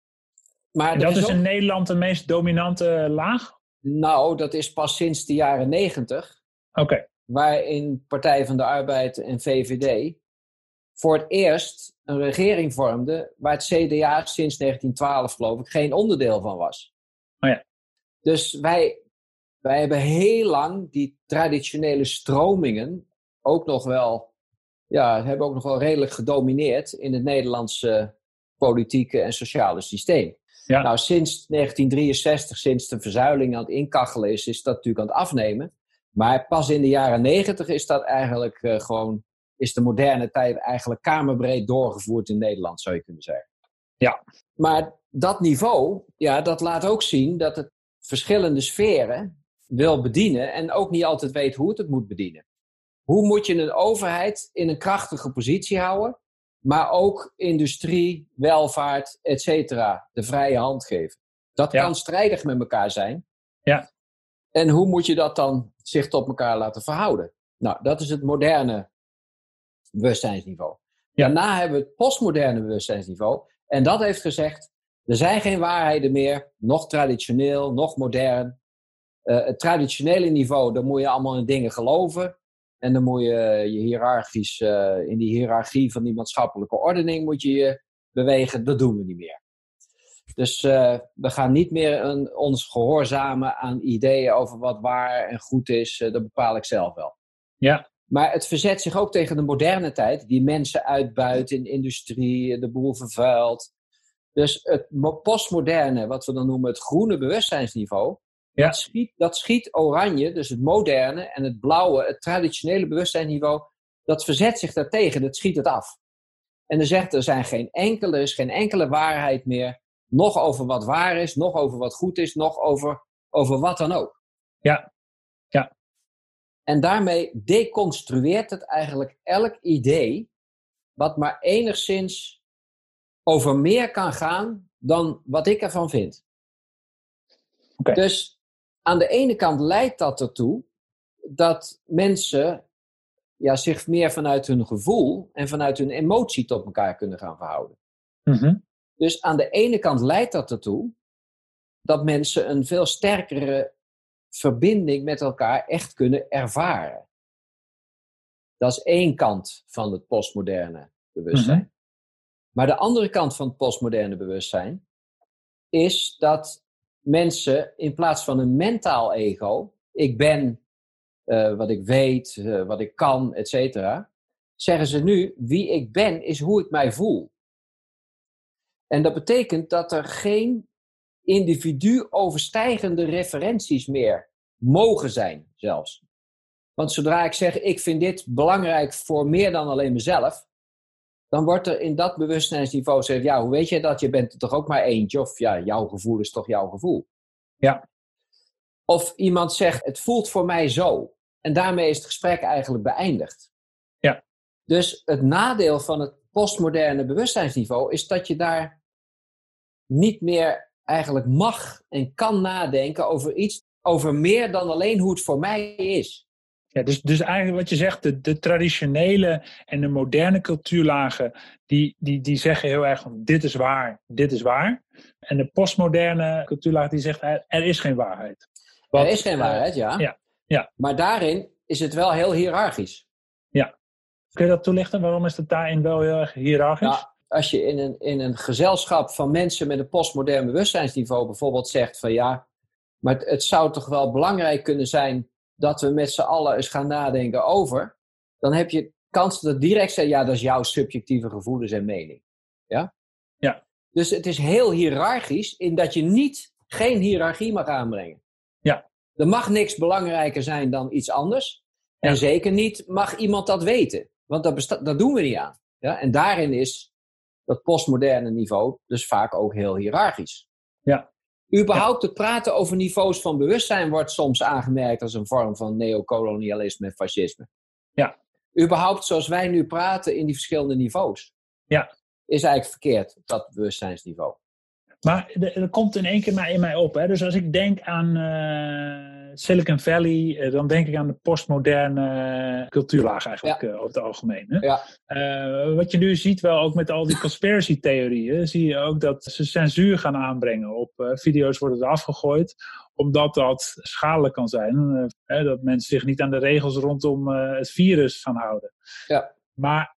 Maar en dat is in Nederland de meest dominante laag? Nou, dat is pas sinds de jaren 90. Oké. Waarin Partij van de Arbeid en VVD voor het eerst een regering vormden waar het CDA sinds 1912, geloof ik, geen onderdeel van was. Oh ja. Dus wij hebben heel lang die traditionele stromingen ook nog wel, hebben ook nog wel redelijk gedomineerd in het Nederlandse politieke en sociale systeem. Ja. Nou, sinds 1963, sinds de verzuiling aan het inkachelen is dat natuurlijk aan het afnemen. Maar pas in de jaren 90 is dat eigenlijk is de moderne tijd eigenlijk kamerbreed doorgevoerd in Nederland, zou je kunnen zeggen. Ja. Maar dat niveau, dat laat ook zien dat het verschillende sferen wil bedienen en ook niet altijd weet hoe het moet bedienen. Hoe moet je een overheid in een krachtige positie houden, maar ook industrie, welvaart, et cetera, de vrije hand geven? Dat kan strijdig met elkaar zijn. Ja. En hoe moet je dat dan zich tot elkaar laten verhouden? Nou, dat is het moderne bewustzijnsniveau. Ja. Daarna hebben we het postmoderne bewustzijnsniveau. En dat heeft gezegd, er zijn geen waarheden meer, nog traditioneel, nog modern. Het traditionele niveau, daar moet je allemaal in dingen geloven. En dan moet je hiërarchisch, in die hiërarchie van die maatschappelijke ordening moet je bewegen. Dat doen we niet meer. Dus we gaan niet meer ons gehoorzamen aan ideeën over wat waar en goed is. Dat bepaal ik zelf wel. Ja. Maar het verzet zich ook tegen de moderne tijd, die mensen uitbuit in industrie, de boel vervuilt. Dus het postmoderne, wat we dan noemen het groene bewustzijnsniveau, dat schiet oranje, dus het moderne, en het blauwe, het traditionele bewustzijnsniveau, dat verzet zich daartegen, dat schiet het af. En dan zegt er is geen enkele waarheid meer, nog over wat waar is, nog over wat goed is, nog over wat dan ook. Ja. En daarmee deconstrueert het eigenlijk elk idee wat maar enigszins over meer kan gaan dan wat ik ervan vind. Okay. Dus aan de ene kant leidt dat ertoe dat mensen zich meer vanuit hun gevoel en vanuit hun emotie tot elkaar kunnen gaan verhouden. Mm-hmm. Dus aan de ene kant leidt dat ertoe dat mensen een veel sterkere verbinding met elkaar echt kunnen ervaren. Dat is één kant van het postmoderne bewustzijn. Mm-hmm. Maar de andere kant van het postmoderne bewustzijn is dat mensen in plaats van een mentaal ego, ik ben wat ik weet, wat ik kan, et cetera, zeggen ze nu, wie ik ben is hoe ik mij voel. En dat betekent dat er geen individu overstijgende referenties meer mogen zijn zelfs. Want zodra ik zeg, ik vind dit belangrijk voor meer dan alleen mezelf, dan wordt er in dat bewustzijnsniveau gezegd, hoe weet je dat? Je bent er toch ook maar eentje? Of jouw gevoel is toch jouw gevoel? Ja. Of iemand zegt, het voelt voor mij zo. En daarmee is het gesprek eigenlijk beëindigd. Ja. Dus het nadeel van het postmoderne bewustzijnsniveau is dat je daar niet meer eigenlijk mag en kan nadenken over iets, over meer dan alleen hoe het voor mij is. Ja, dus eigenlijk wat je zegt, de traditionele en de moderne cultuurlagen, die zeggen heel erg van dit is waar, dit is waar. En de postmoderne cultuurlaag die zegt er is geen waarheid. Er is geen waarheid, ja. Ja. Maar daarin is het wel heel hiërarchisch. Ja. Kun je dat toelichten? Waarom is het daarin wel heel erg hiërarchisch? Nou, als je in een gezelschap van mensen met een postmodern bewustzijnsniveau bijvoorbeeld zegt van ja, maar het zou toch wel belangrijk kunnen zijn dat we met z'n allen eens gaan nadenken over, dan heb je kans dat direct zeggen, ja, dat is jouw subjectieve gevoelens en mening. Ja? Ja. Dus het is heel hiërarchisch in dat je geen hiërarchie mag aanbrengen. Ja. Er mag niks belangrijker zijn dan iets anders. En Ja. zeker niet mag iemand dat weten. Want dat doen we niet aan. Ja? En daarin is dat postmoderne niveau dus vaak ook heel hiërarchisch. Ja. Überhaupt het praten over niveaus van bewustzijn wordt soms aangemerkt als een vorm van neocolonialisme en fascisme. Ja. Überhaupt zoals wij nu praten in die verschillende niveaus. Ja. Is eigenlijk verkeerd, dat bewustzijnsniveau. Maar er komt in één keer in mij op. Hè? Dus als ik denk aan Silicon Valley, dan denk ik aan de postmoderne cultuurlaag eigenlijk over het algemeen. Hè? Ja. Wat je nu ziet wel ook met al die conspiracy theorieën, zie je ook dat ze censuur gaan aanbrengen. Op video's worden er afgegooid, omdat dat schadelijk kan zijn. Dat mensen zich niet aan de regels rondom het virus gaan houden. Ja. Maar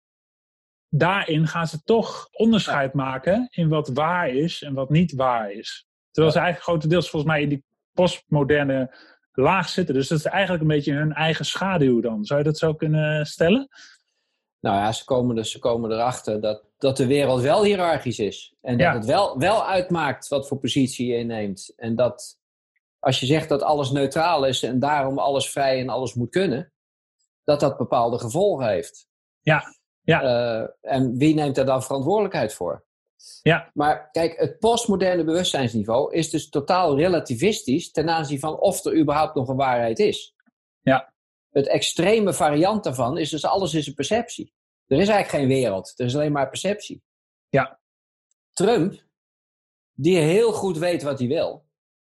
daarin gaan ze toch onderscheid maken in wat waar is en wat niet waar is. Terwijl ze eigenlijk grotendeels volgens mij in die postmoderne laag zitten. Dus dat is eigenlijk een beetje hun eigen schaduw dan. Zou je dat zo kunnen stellen? Nou ja, ze komen erachter dat de wereld wel hiërarchisch is. En dat het wel uitmaakt wat voor positie je inneemt. En dat als je zegt dat alles neutraal is en daarom alles vrij en alles moet kunnen, dat bepaalde gevolgen heeft. Ja. En wie neemt daar dan verantwoordelijkheid voor? Ja. Maar kijk, het postmoderne bewustzijnsniveau is dus totaal relativistisch ten aanzien van of er überhaupt nog een waarheid is. Ja. Het extreme variant daarvan is dus alles is een perceptie. Er is eigenlijk geen wereld, er is alleen maar perceptie. Ja. Trump, die heel goed weet wat hij wil,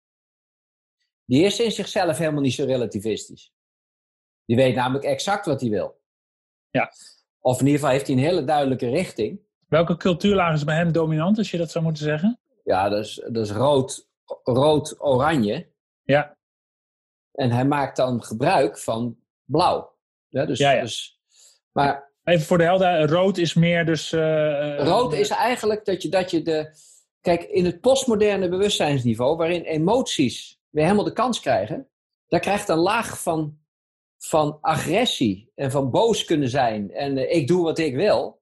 die is in zichzelf helemaal niet zo relativistisch. Die weet namelijk exact wat hij wil. Ja. Of in ieder geval heeft hij een hele duidelijke richting. Welke cultuurlaag is bij hem dominant, als je dat zou moeten zeggen? Ja, dat is rood-oranje. Ja. En hij maakt dan gebruik van blauw. Ja, dus, maar even voor de helderheid, rood is meer dus... rood is eigenlijk dat je de... Kijk, in het postmoderne bewustzijnsniveau, waarin emoties weer helemaal de kans krijgen, daar krijgt een laag van agressie en van boos kunnen zijn en ik doe wat ik wil,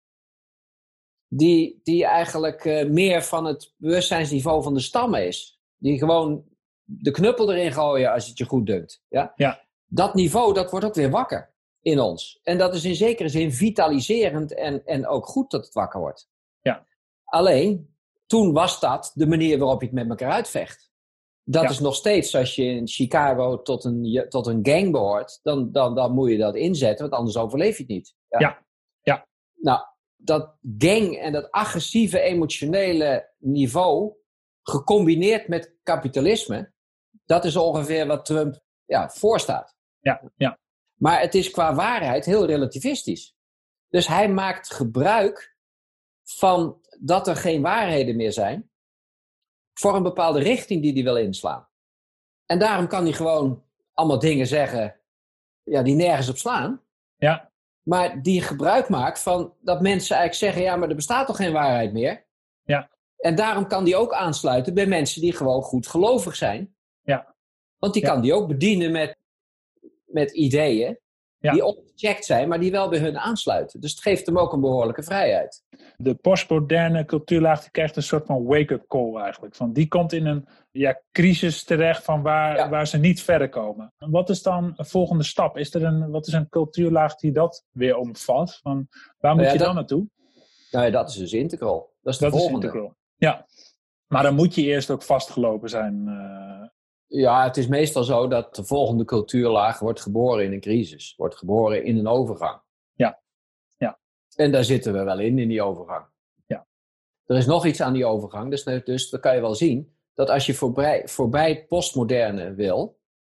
die eigenlijk meer van het bewustzijnsniveau van de stammen is. Die gewoon de knuppel erin gooien als het je goed dunkt. Ja? Ja. Dat niveau, dat wordt ook weer wakker in ons. En dat is in zekere zin vitaliserend en ook goed dat het wakker wordt. Ja. Alleen, toen was dat de manier waarop je het met elkaar uitvecht. Dat is nog steeds, als je in Chicago tot een gang behoort, dan moet je dat inzetten, want anders overleef je het niet. Ja. Nou, dat gang en dat agressieve emotionele niveau, gecombineerd met kapitalisme, dat is ongeveer wat Trump voorstaat. Ja. Maar het is qua waarheid heel relativistisch. Dus hij maakt gebruik van dat er geen waarheden meer zijn, voor een bepaalde richting die hij wil inslaan. En daarom kan hij gewoon allemaal dingen zeggen die nergens op slaan. Ja. Maar die gebruik maakt van dat mensen eigenlijk zeggen, ja, maar er bestaat toch geen waarheid meer? Ja. En daarom kan die ook aansluiten bij mensen die gewoon goed gelovig zijn. Ja. Want die kan die ook bedienen met ideeën die ongecheckt zijn, maar die wel bij hun aansluiten. Dus het geeft hem ook een behoorlijke vrijheid. De postmoderne cultuurlaag die krijgt een soort van wake-up call eigenlijk. Van die komt in een crisis terecht van waar ze niet verder komen. En wat is dan een volgende stap? Wat is een cultuurlaag die dat weer omvat? Van, waar moet je dan naartoe? Nou ja, dat is dus integral. Dat is de volgende. Integral. Ja, maar dan moet je eerst ook vastgelopen zijn. Ja, het is meestal zo dat de volgende cultuurlaag wordt geboren in een crisis. Wordt geboren in een overgang. Ja, ja. En daar zitten we wel in die overgang. Ja. Er is nog iets aan die overgang. Dus dan kan je wel zien dat als je voorbij het postmoderne wil,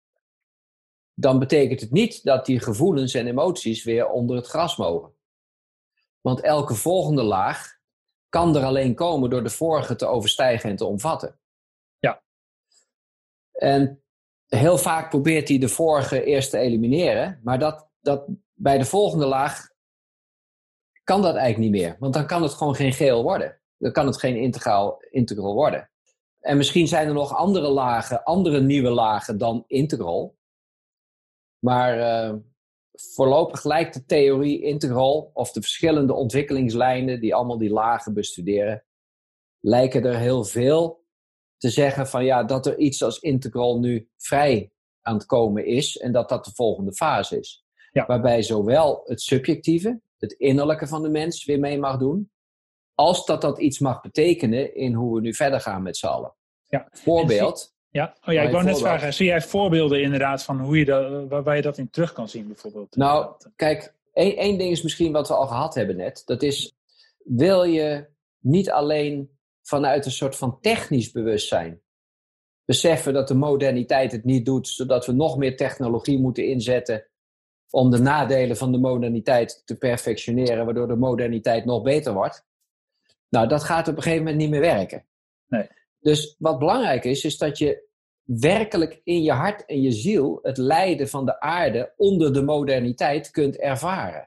dan betekent het niet dat die gevoelens en emoties weer onder het gras mogen. Want elke volgende laag kan er alleen komen door de vorige te overstijgen en te omvatten. Ja. En heel vaak probeert hij de vorige eerst te elimineren, maar dat bij de volgende laag kan dat eigenlijk niet meer. Want dan kan het gewoon geen geheel worden. Dan kan het geen integral worden. En misschien zijn er nog andere lagen, andere nieuwe lagen dan integral. Maar voorlopig lijkt de theorie integral, of de verschillende ontwikkelingslijnen die allemaal die lagen bestuderen, lijken er heel veel te zeggen van ja, dat er iets als integral nu vrij aan het komen is en dat dat de volgende fase is. Ja. Waarbij zowel het subjectieve, het innerlijke van de mens weer mee mag doen, als dat iets mag betekenen in hoe we nu verder gaan met z'n allen. Ja. Voorbeeld. Ja, ik wou net vragen, zie jij voorbeelden inderdaad van hoe je waar je dat in terug kan zien bijvoorbeeld? Nou, kijk, één ding is misschien wat we al gehad hebben net. Dat is, wil je niet alleen vanuit een soort van technisch bewustzijn beseffen dat de moderniteit het niet doet, zodat we nog meer technologie moeten inzetten om de nadelen van de moderniteit te perfectioneren, waardoor de moderniteit nog beter wordt. Nou, dat gaat op een gegeven moment niet meer werken. Nee. Dus wat belangrijk is dat je werkelijk in je hart en je ziel het lijden van de aarde onder de moderniteit kunt ervaren.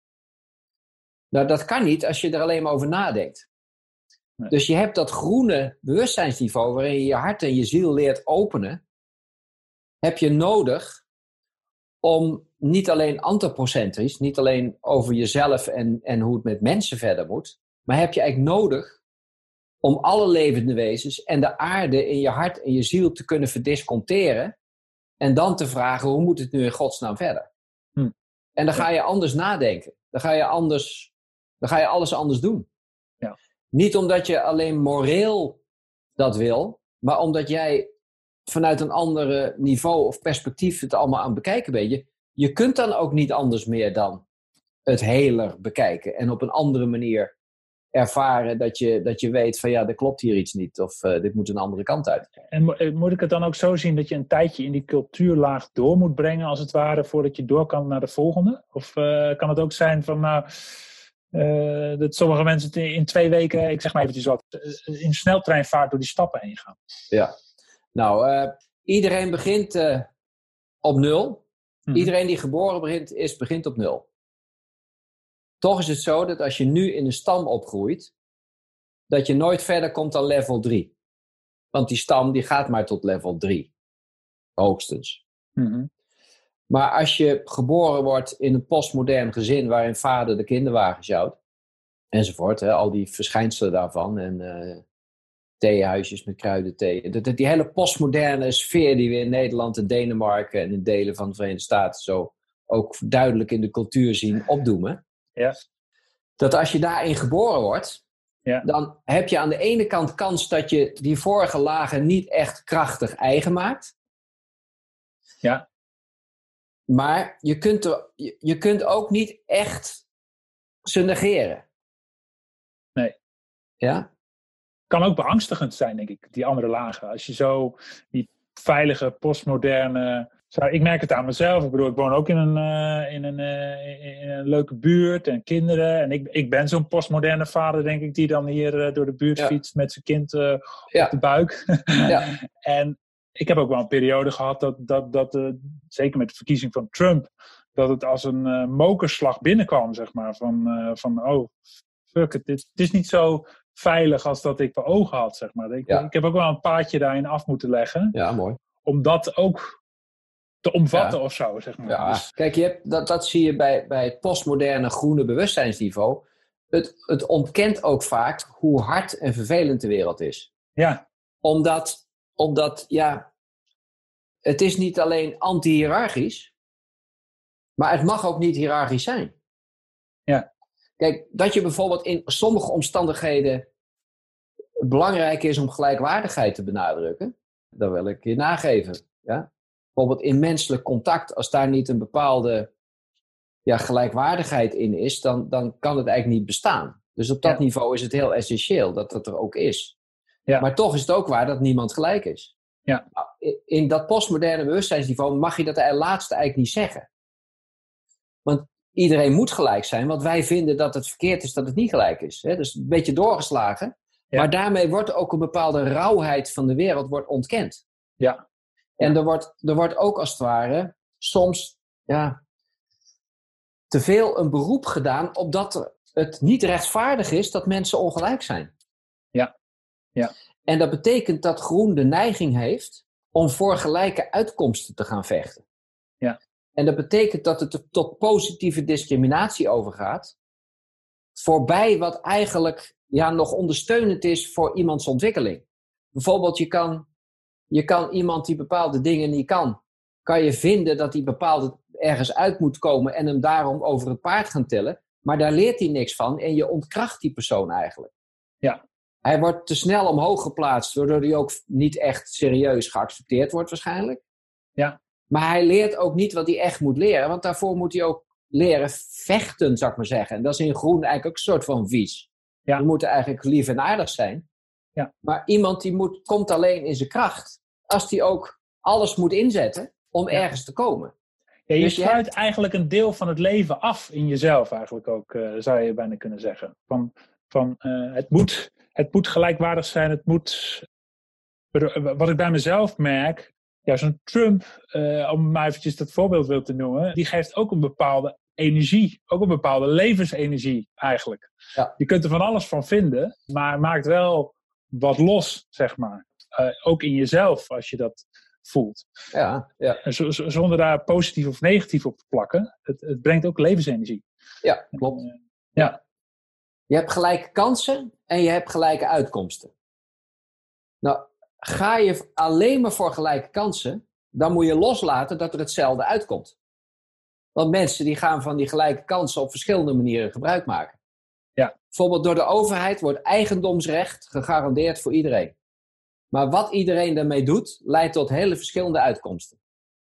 Nou, dat kan niet als je er alleen maar over nadenkt. Nee. Dus je hebt dat groene bewustzijnsniveau waarin je je hart en je ziel leert openen, heb je nodig om niet alleen antropocentrisch, niet alleen over jezelf en hoe het met mensen verder moet, maar heb je eigenlijk nodig om alle levende wezens en de aarde in je hart en je ziel te kunnen verdisconteren en dan te vragen, hoe moet het nu in godsnaam verder? En dan ga je anders nadenken. Dan ga je alles anders doen. Ja. Niet omdat je alleen moreel dat wil, maar omdat jij vanuit een andere niveau of perspectief het allemaal aan het bekijken bent. Je kunt dan ook niet anders meer dan het heler bekijken en op een andere manier ervaren dat je weet van ja, er klopt hier iets niet of dit moet een andere kant uit. En moet ik het dan ook zo zien dat je een tijdje in die cultuurlaag door moet brengen als het ware voordat je door kan naar de volgende? Of kan het ook zijn van nou, dat sommige mensen in 2 weken, ik zeg maar eventjes wat, in sneltreinvaart door die stappen heen gaan? Ja, nou iedereen begint op 0. Iedereen die geboren begint op 0. Toch is het zo dat als je nu in een stam opgroeit, dat je nooit verder komt dan level 3. Want die stam die gaat maar tot level 3. Hoogstens. Maar als je geboren wordt in een postmodern gezin waarin vader de kinderwagen sjouwt, enzovoort, al die verschijnselen daarvan, en theehuisjes met kruidenthee. Die hele postmoderne sfeer die we in Nederland en Denemarken en in delen van de Verenigde Staten zo ook duidelijk in de cultuur zien opdoemen. Ja. Dat als je daarin geboren wordt, dan heb je aan de ene kant kans dat je die vorige lagen niet echt krachtig eigen maakt. Ja. Maar je kunt ook niet echt ze negeren. Nee. Ja? Kan ook beangstigend zijn, denk ik, die andere lagen. Als je zo die veilige, postmoderne... Ik merk het aan mezelf. Ik bedoel, ik woon ook in een leuke buurt en kinderen. En ik ben zo'n postmoderne vader, denk ik, die dan hier door de buurt fietst met zijn kind op de buik. Ja. En ik heb ook wel een periode gehad dat zeker met de verkiezing van Trump, dat het als een mokerslag binnenkwam, zeg maar. Van oh, fuck it, het is niet zo veilig als dat ik voor ogen had, zeg maar. Ik heb ook wel een paadje daarin af moeten leggen. Ja, mooi. Om dat ook te omvatten of zo, zeg maar. Ja. Dus... Kijk, dat zie je bij het postmoderne groene bewustzijnsniveau. Het ontkent ook vaak hoe hard en vervelend de wereld is. Ja. Omdat het is niet alleen anti-hiërarchisch, maar het mag ook niet hiërarchisch zijn. Ja. Kijk, dat je bijvoorbeeld in sommige omstandigheden belangrijk is om gelijkwaardigheid te benadrukken, Dat wil ik je nageven. Ja? Bijvoorbeeld in menselijk contact, als daar niet een bepaalde gelijkwaardigheid in is, dan kan het eigenlijk niet bestaan. Dus op dat niveau is het heel essentieel dat dat er ook is. Ja. Maar toch is het ook waar dat niemand gelijk is. Ja. In dat postmoderne bewustzijnsniveau mag je dat laatste eigenlijk niet zeggen. Want iedereen moet gelijk zijn, want wij vinden dat het verkeerd is dat het niet gelijk is. Hè? Dus een beetje doorgeslagen. Ja. Maar daarmee wordt ook een bepaalde rauwheid van de wereld wordt ontkend. Ja. En er wordt ook als het ware soms te veel een beroep gedaan op dat het niet rechtvaardig is dat mensen ongelijk zijn. Ja. Ja. En dat betekent dat groen de neiging heeft om voor gelijke uitkomsten te gaan vechten. Ja. En dat betekent dat het tot positieve discriminatie overgaat, voorbij wat eigenlijk nog ondersteunend is voor iemands ontwikkeling. Bijvoorbeeld, je kan iemand die bepaalde dingen niet kan je vinden dat hij bepaalde ergens uit moet komen en hem daarom over het paard gaan tillen, maar daar leert hij niks van en je ontkracht die persoon eigenlijk. Ja. Hij wordt te snel omhoog geplaatst, waardoor hij ook niet echt serieus geaccepteerd wordt waarschijnlijk. Ja. Maar hij leert ook niet wat hij echt moet leren, want daarvoor moet hij ook leren vechten, zou ik maar zeggen. En dat is in groen eigenlijk ook een soort van vies. Ja. We moeten eigenlijk lief en aardig zijn. Ja. Maar iemand die komt alleen in zijn kracht als hij ook alles moet inzetten om ergens te komen. Ja, je sluit eigenlijk een deel van het leven af in jezelf eigenlijk ook, zou je bijna kunnen zeggen. Het moet gelijkwaardig zijn, het moet... Wat ik bij mezelf merk, zo'n Trump, om maar eventjes dat voorbeeld wil te noemen, die geeft ook een bepaalde energie, ook een bepaalde levensenergie eigenlijk. Ja. Je kunt er van alles van vinden, maar maakt wel wat los, zeg maar. Ook in jezelf, als je dat voelt. Ja. Zonder daar positief of negatief op te plakken. Het brengt ook levensenergie. Ja, klopt. Je hebt gelijke kansen en je hebt gelijke uitkomsten. Nou, ga je alleen maar voor gelijke kansen, dan moet je loslaten dat er hetzelfde uitkomt. Want mensen die gaan van die gelijke kansen op verschillende manieren gebruik maken. Ja. Bijvoorbeeld door de overheid wordt eigendomsrecht gegarandeerd voor iedereen. Maar wat iedereen daarmee doet, leidt tot hele verschillende uitkomsten.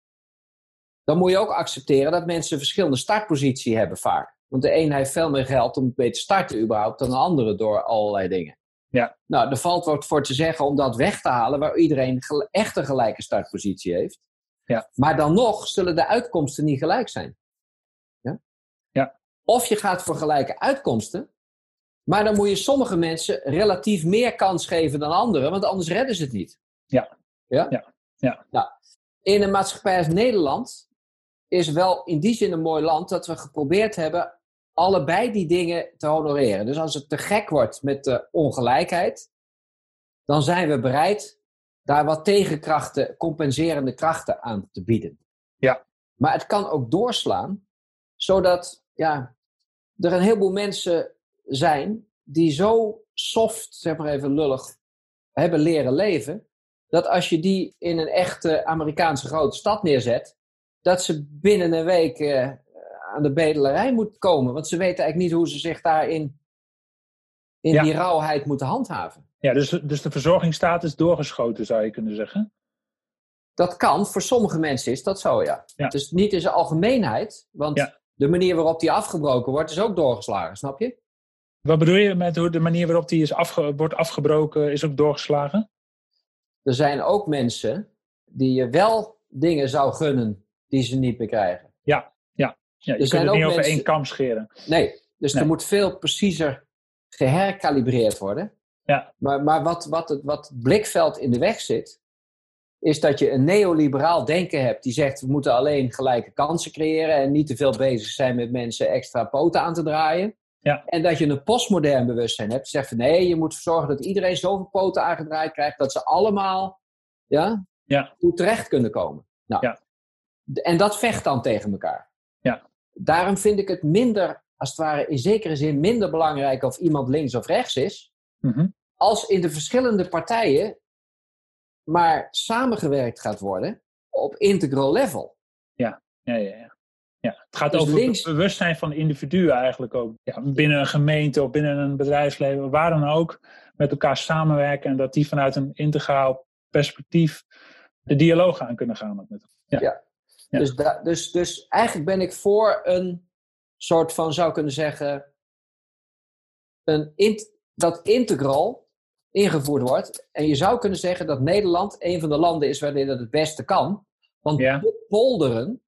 Dan moet je ook accepteren dat mensen een verschillende startpositie hebben vaak. Want de een heeft veel meer geld om beter te starten überhaupt dan de andere door allerlei dingen. Ja. Nou, er valt wat voor te zeggen om dat weg te halen waar iedereen echt een gelijke startpositie heeft. Ja. Maar dan nog zullen de uitkomsten niet gelijk zijn. Ja? Ja. Of je gaat voor gelijke uitkomsten, maar dan moet je sommige mensen relatief meer kans geven dan anderen, want anders redden ze het niet. Ja. Ja? Ja. Ja. Nou, in een maatschappij als Nederland is wel in die zin een mooi land dat we geprobeerd hebben allebei die dingen te honoreren. Dus als het te gek wordt met de ongelijkheid, dan zijn we bereid daar wat tegenkrachten, compenserende krachten aan te bieden. Ja. Maar het kan ook doorslaan, zodat er een heleboel mensen zijn die zo soft, zeg maar even lullig, hebben leren leven, dat als je die in een echte Amerikaanse grote stad neerzet, dat ze binnen een week aan de bedelarij moet komen. Want ze weten eigenlijk niet hoe ze zich daarin die rauwheid moeten handhaven. Ja, dus de verzorgingsstaat is doorgeschoten, zou je kunnen zeggen. Dat kan. Voor sommige mensen is dat zo, ja. Dus niet in zijn algemeenheid. Want de manier waarop die afgebroken wordt, is ook doorgeslagen, snap je? Wat bedoel je met hoe de manier waarop die wordt afgebroken, is ook doorgeslagen? Er zijn ook mensen die je wel dingen zou gunnen die ze niet meer krijgen. Ja, je kunt het niet over één kam scheren. Nee, dus er moet veel preciezer geherkalibreerd worden. Ja. Maar wat het blikveld in de weg zit, is dat je een neoliberaal denken hebt die zegt we moeten alleen gelijke kansen creëren en niet te veel bezig zijn met mensen extra poten aan te draaien. Ja. En dat je een postmodern bewustzijn hebt. Die zegt van nee, je moet zorgen dat iedereen zoveel poten aangedraaid krijgt dat ze allemaal goed terecht kunnen komen. Nou, en dat vecht dan tegen elkaar. Ja. Daarom vind ik het minder, als het ware in zekere zin minder belangrijk of iemand links of rechts is. Mm-hmm. Als in de verschillende partijen maar samengewerkt gaat worden op integral level. Ja. Het gaat dus over het bewustzijn van individuen eigenlijk ook. Ja, binnen een gemeente of binnen een bedrijfsleven, waar dan ook, met elkaar samenwerken en dat die vanuit een integraal perspectief de dialoog aan kunnen gaan. Met hem. Ja. Ja. Dus eigenlijk ben ik voor een soort van, zou ik kunnen zeggen, dat integral ingevoerd wordt. En je zou kunnen zeggen dat Nederland een van de landen is waarin dat het beste kan. Want polderen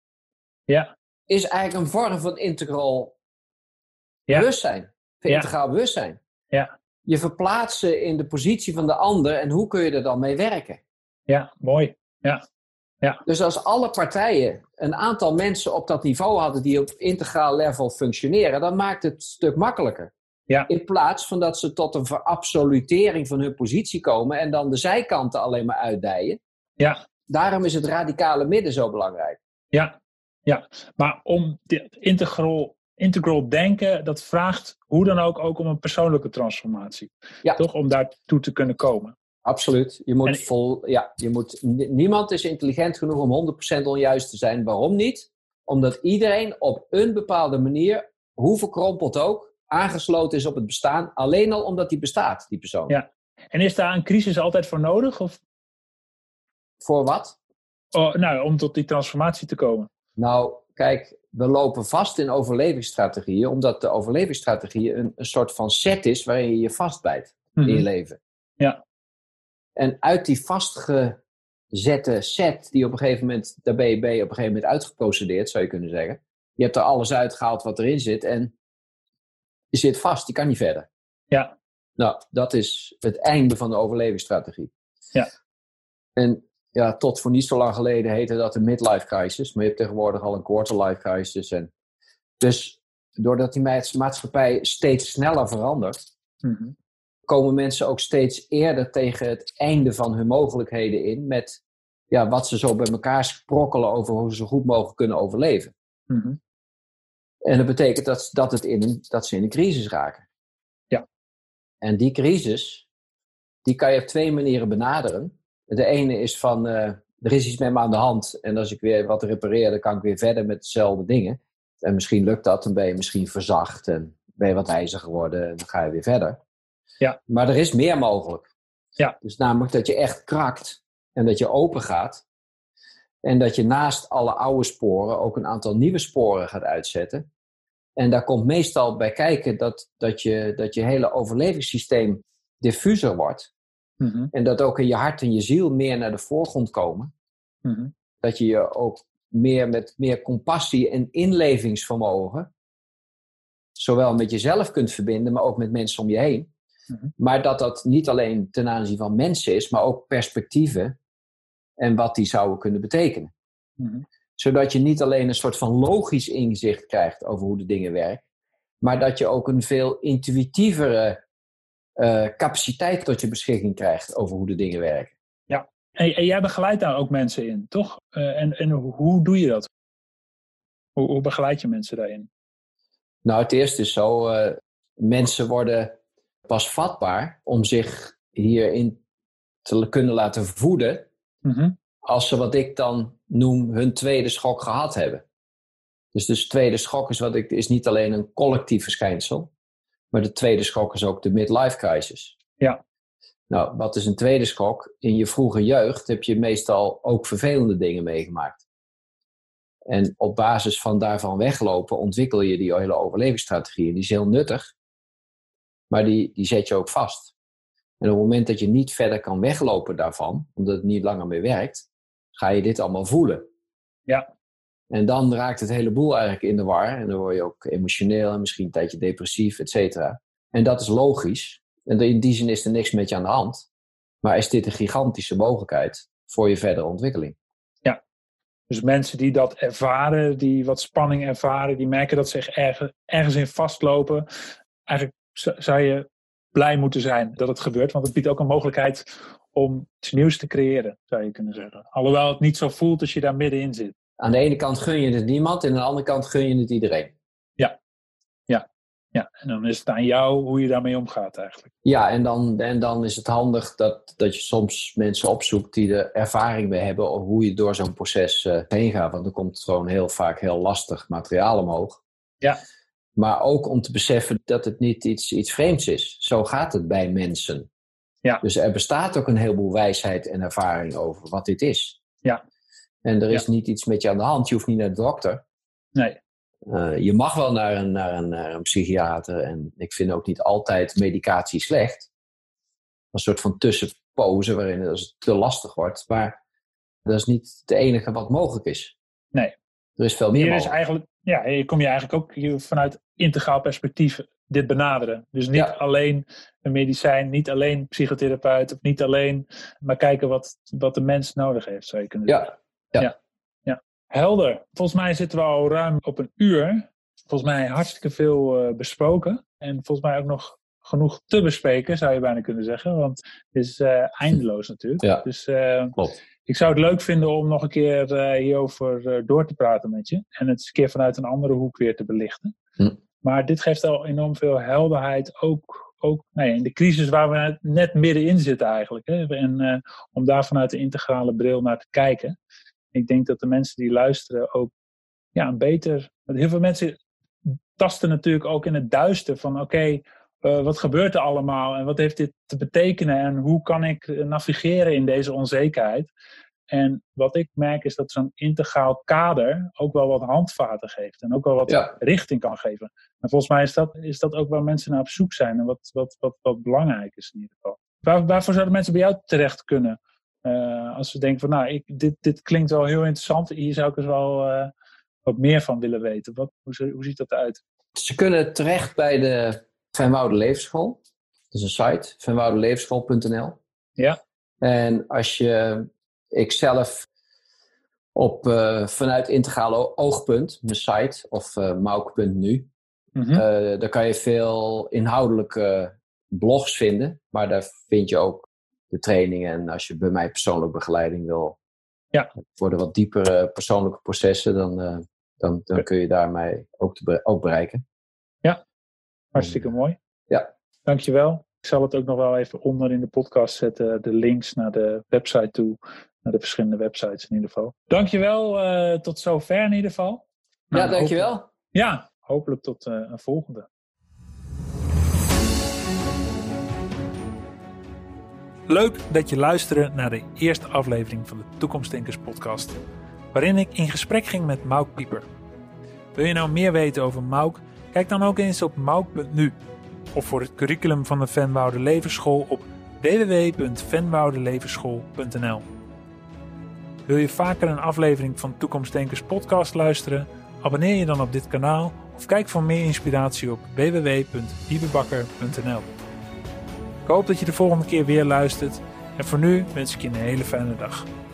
is eigenlijk een vorm van integral bewustzijn. Integraal bewustzijn. Ja. Je verplaatsen in de positie van de ander en hoe kun je er dan mee werken? Ja, mooi. Ja. Dus als alle partijen een aantal mensen op dat niveau hadden die op integraal level functioneren, dan maakt het een stuk makkelijker. Ja. In plaats van dat ze tot een verabsolutering van hun positie komen en dan de zijkanten alleen maar uitdijen. Ja. Daarom is het radicale midden zo belangrijk. Ja. Maar om integral denken, dat vraagt hoe dan ook om een persoonlijke transformatie. Ja. Toch? Om daartoe te kunnen komen. Absoluut. Niemand is intelligent genoeg om 100% onjuist te zijn. Waarom niet? Omdat iedereen op een bepaalde manier, hoe verkrompeld ook, aangesloten is op het bestaan. Alleen al omdat die bestaat, die persoon. Ja. En is daar een crisis altijd voor nodig? Of? Voor wat? Om tot die transformatie te komen. Nou, kijk, we lopen vast in overlevingsstrategieën, omdat de overlevingsstrategie een soort van set is waarin je je vastbijt in je leven. Ja. En uit die vastgezette set, die op een gegeven moment, daar ben je op een gegeven moment uitgeprocedeerd, zou je kunnen zeggen. Je hebt er alles uitgehaald wat erin zit en je zit vast, je kan niet verder. Ja. Nou, dat is het einde van de overlevingsstrategie. Ja. En ja, tot voor niet zo lang geleden heette dat de midlife crisis, maar je hebt tegenwoordig al een quarter-life crisis. En dus doordat die maatschappij steeds sneller verandert, komen mensen ook steeds eerder tegen het einde van hun mogelijkheden in met wat ze zo bij elkaar sprokkelen over hoe ze zo goed mogelijk kunnen overleven. En dat betekent dat ze in een crisis raken. Ja. En die crisis, die kan je op 2 manieren benaderen. De ene is van, er is iets met me aan de hand en als ik weer wat repareer, dan kan ik weer verder met dezelfde dingen. En misschien lukt dat, dan ben je misschien verzacht en ben je wat wijzer geworden en dan ga je weer verder. Ja. Maar er is meer mogelijk. Ja. Dus namelijk dat je echt krakt en dat je open gaat. En dat je naast alle oude sporen ook een aantal nieuwe sporen gaat uitzetten. En daar komt meestal bij kijken dat je hele overlevingssysteem diffuser wordt. En dat ook in je hart en je ziel meer naar de voorgrond komen. Dat je je ook met meer compassie en inlevingsvermogen zowel met jezelf kunt verbinden, maar ook met mensen om je heen. Maar dat niet alleen ten aanzien van mensen is, maar ook perspectieven en wat die zouden kunnen betekenen. Zodat je niet alleen een soort van logisch inzicht krijgt over hoe de dingen werken, maar dat je ook een veel intuïtievere capaciteit tot je beschikking krijgt over hoe de dingen werken. Ja, en jij begeleidt daar ook mensen in, toch? En hoe doe je dat? Hoe begeleid je mensen daarin? Nou, het eerste is zo, mensen worden pas vatbaar om zich hierin te kunnen laten voeden als ze wat ik dan noem hun tweede schok gehad hebben. Dus de tweede schok is niet alleen een collectief verschijnsel, maar de tweede schok is ook de midlife crisis. Ja. Nou, wat is een tweede schok? In je vroege jeugd heb je meestal ook vervelende dingen meegemaakt. En op basis van daarvan weglopen ontwikkel je die hele overlevingsstrategieën. Die is heel nuttig, maar die zet je ook vast. En op het moment dat je niet verder kan weglopen daarvan, omdat het niet langer meer werkt, ga je dit allemaal voelen. Ja. En dan raakt het hele boel eigenlijk in de war. En dan word je ook emotioneel en misschien een tijdje depressief, et cetera. En dat is logisch. En in die zin is er niks met je aan de hand. Maar is dit een gigantische mogelijkheid voor je verdere ontwikkeling. Ja. Dus mensen die dat ervaren, die wat spanning ervaren, die merken dat ze ergens in vastlopen. Eigenlijk zou je blij moeten zijn dat het gebeurt. Want het biedt ook een mogelijkheid om iets nieuws te creëren, zou je kunnen zeggen. Alhoewel het niet zo voelt als je daar middenin zit. Aan de ene kant gun je het niemand en aan de andere kant gun je het iedereen. Ja. En dan is het aan jou hoe je daarmee omgaat eigenlijk. Ja, en dan is het handig dat je soms mensen opzoekt die er ervaring mee hebben of hoe je door zo'n proces heen gaat. Want dan komt het gewoon heel vaak heel lastig materiaal omhoog. Ja. Maar ook om te beseffen dat het niet iets vreemds is. Zo gaat het bij mensen. Ja. Dus er bestaat ook een heleboel wijsheid en ervaring over wat dit is. Ja. En er is niet iets met je aan de hand. Je hoeft niet naar de dokter. Nee. Je mag wel naar een psychiater. En ik vind ook niet altijd medicatie slecht. Een soort van tussenpose waarin het als het te lastig wordt. Maar dat is niet het enige wat mogelijk is. Nee. Er is veel meer Hier mogelijk. is eigenlijk, je kom je eigenlijk ook vanuit integraal perspectief dit benaderen. Dus niet alleen een medicijn, niet alleen psychotherapeut, of niet alleen, maar kijken wat de mens nodig heeft, zou je kunnen zeggen. Ja. Helder. Volgens mij zitten we al ruim op een uur. Volgens mij hartstikke veel besproken. En volgens mij ook nog genoeg te bespreken, zou je bijna kunnen zeggen. Want het is eindeloos natuurlijk. Ja, dus klopt. ik zou het leuk vinden om nog een keer hierover door te praten met je. En het eens een keer vanuit een andere hoek weer te belichten. Maar dit geeft al enorm veel helderheid. Ook in de crisis waar we net middenin zitten eigenlijk. Hè? En om daar vanuit de integrale bril naar te kijken. Ik denk dat de mensen die luisteren ook een beter... Want heel veel mensen tasten natuurlijk ook in het duister van oké, wat gebeurt er allemaal en wat heeft dit te betekenen en hoe kan ik navigeren in deze onzekerheid. En wat ik merk is dat zo'n integraal kader ook wel wat handvaten geeft en ook wel wat richting kan geven. En volgens mij is dat ook waar mensen naar op zoek zijn en wat belangrijk is in ieder geval. Waarvoor zouden mensen bij jou terecht kunnen? Als ze denken van dit klinkt wel heel interessant, hier zou ik er wel wat meer van willen weten. Hoe ziet dat eruit? Ze kunnen terecht bij de Van Woude Levensschool. Dat is een site, vanwoudelevenschool.nl. Ja. En als je ikzelf vanuit integrale oogpunt, mijn site of mauk.nu, daar kan je veel inhoudelijke blogs vinden, maar daar vind je ook de trainingen. En als je bij mij persoonlijk begeleiding wil voor de wat diepere persoonlijke processen, dan kun je daar mij ook bereiken. Ja, hartstikke mooi. Ja. Dankjewel. Ik zal het ook nog wel even onder in de podcast zetten, de links naar de website toe, naar de verschillende websites in ieder geval. Dankjewel, tot zover in ieder geval. Nou, dankjewel. Hopelijk tot een volgende. Leuk dat je luisterde naar de eerste aflevering van de Toekomstdenkers podcast, waarin ik in gesprek ging met Mauk Pieper. Wil je nou meer weten over Mauk? Kijk dan ook eens op mauk.nu of voor het curriculum van de Van Woude Levensschool op www.vanwoudelevenschool.nl. Wil je vaker een aflevering van Toekomstdenkers podcast luisteren? Abonneer je dan op dit kanaal of kijk voor meer inspiratie op www.wiebebakker.nl. Ik hoop dat je de volgende keer weer luistert en voor nu wens ik je een hele fijne dag.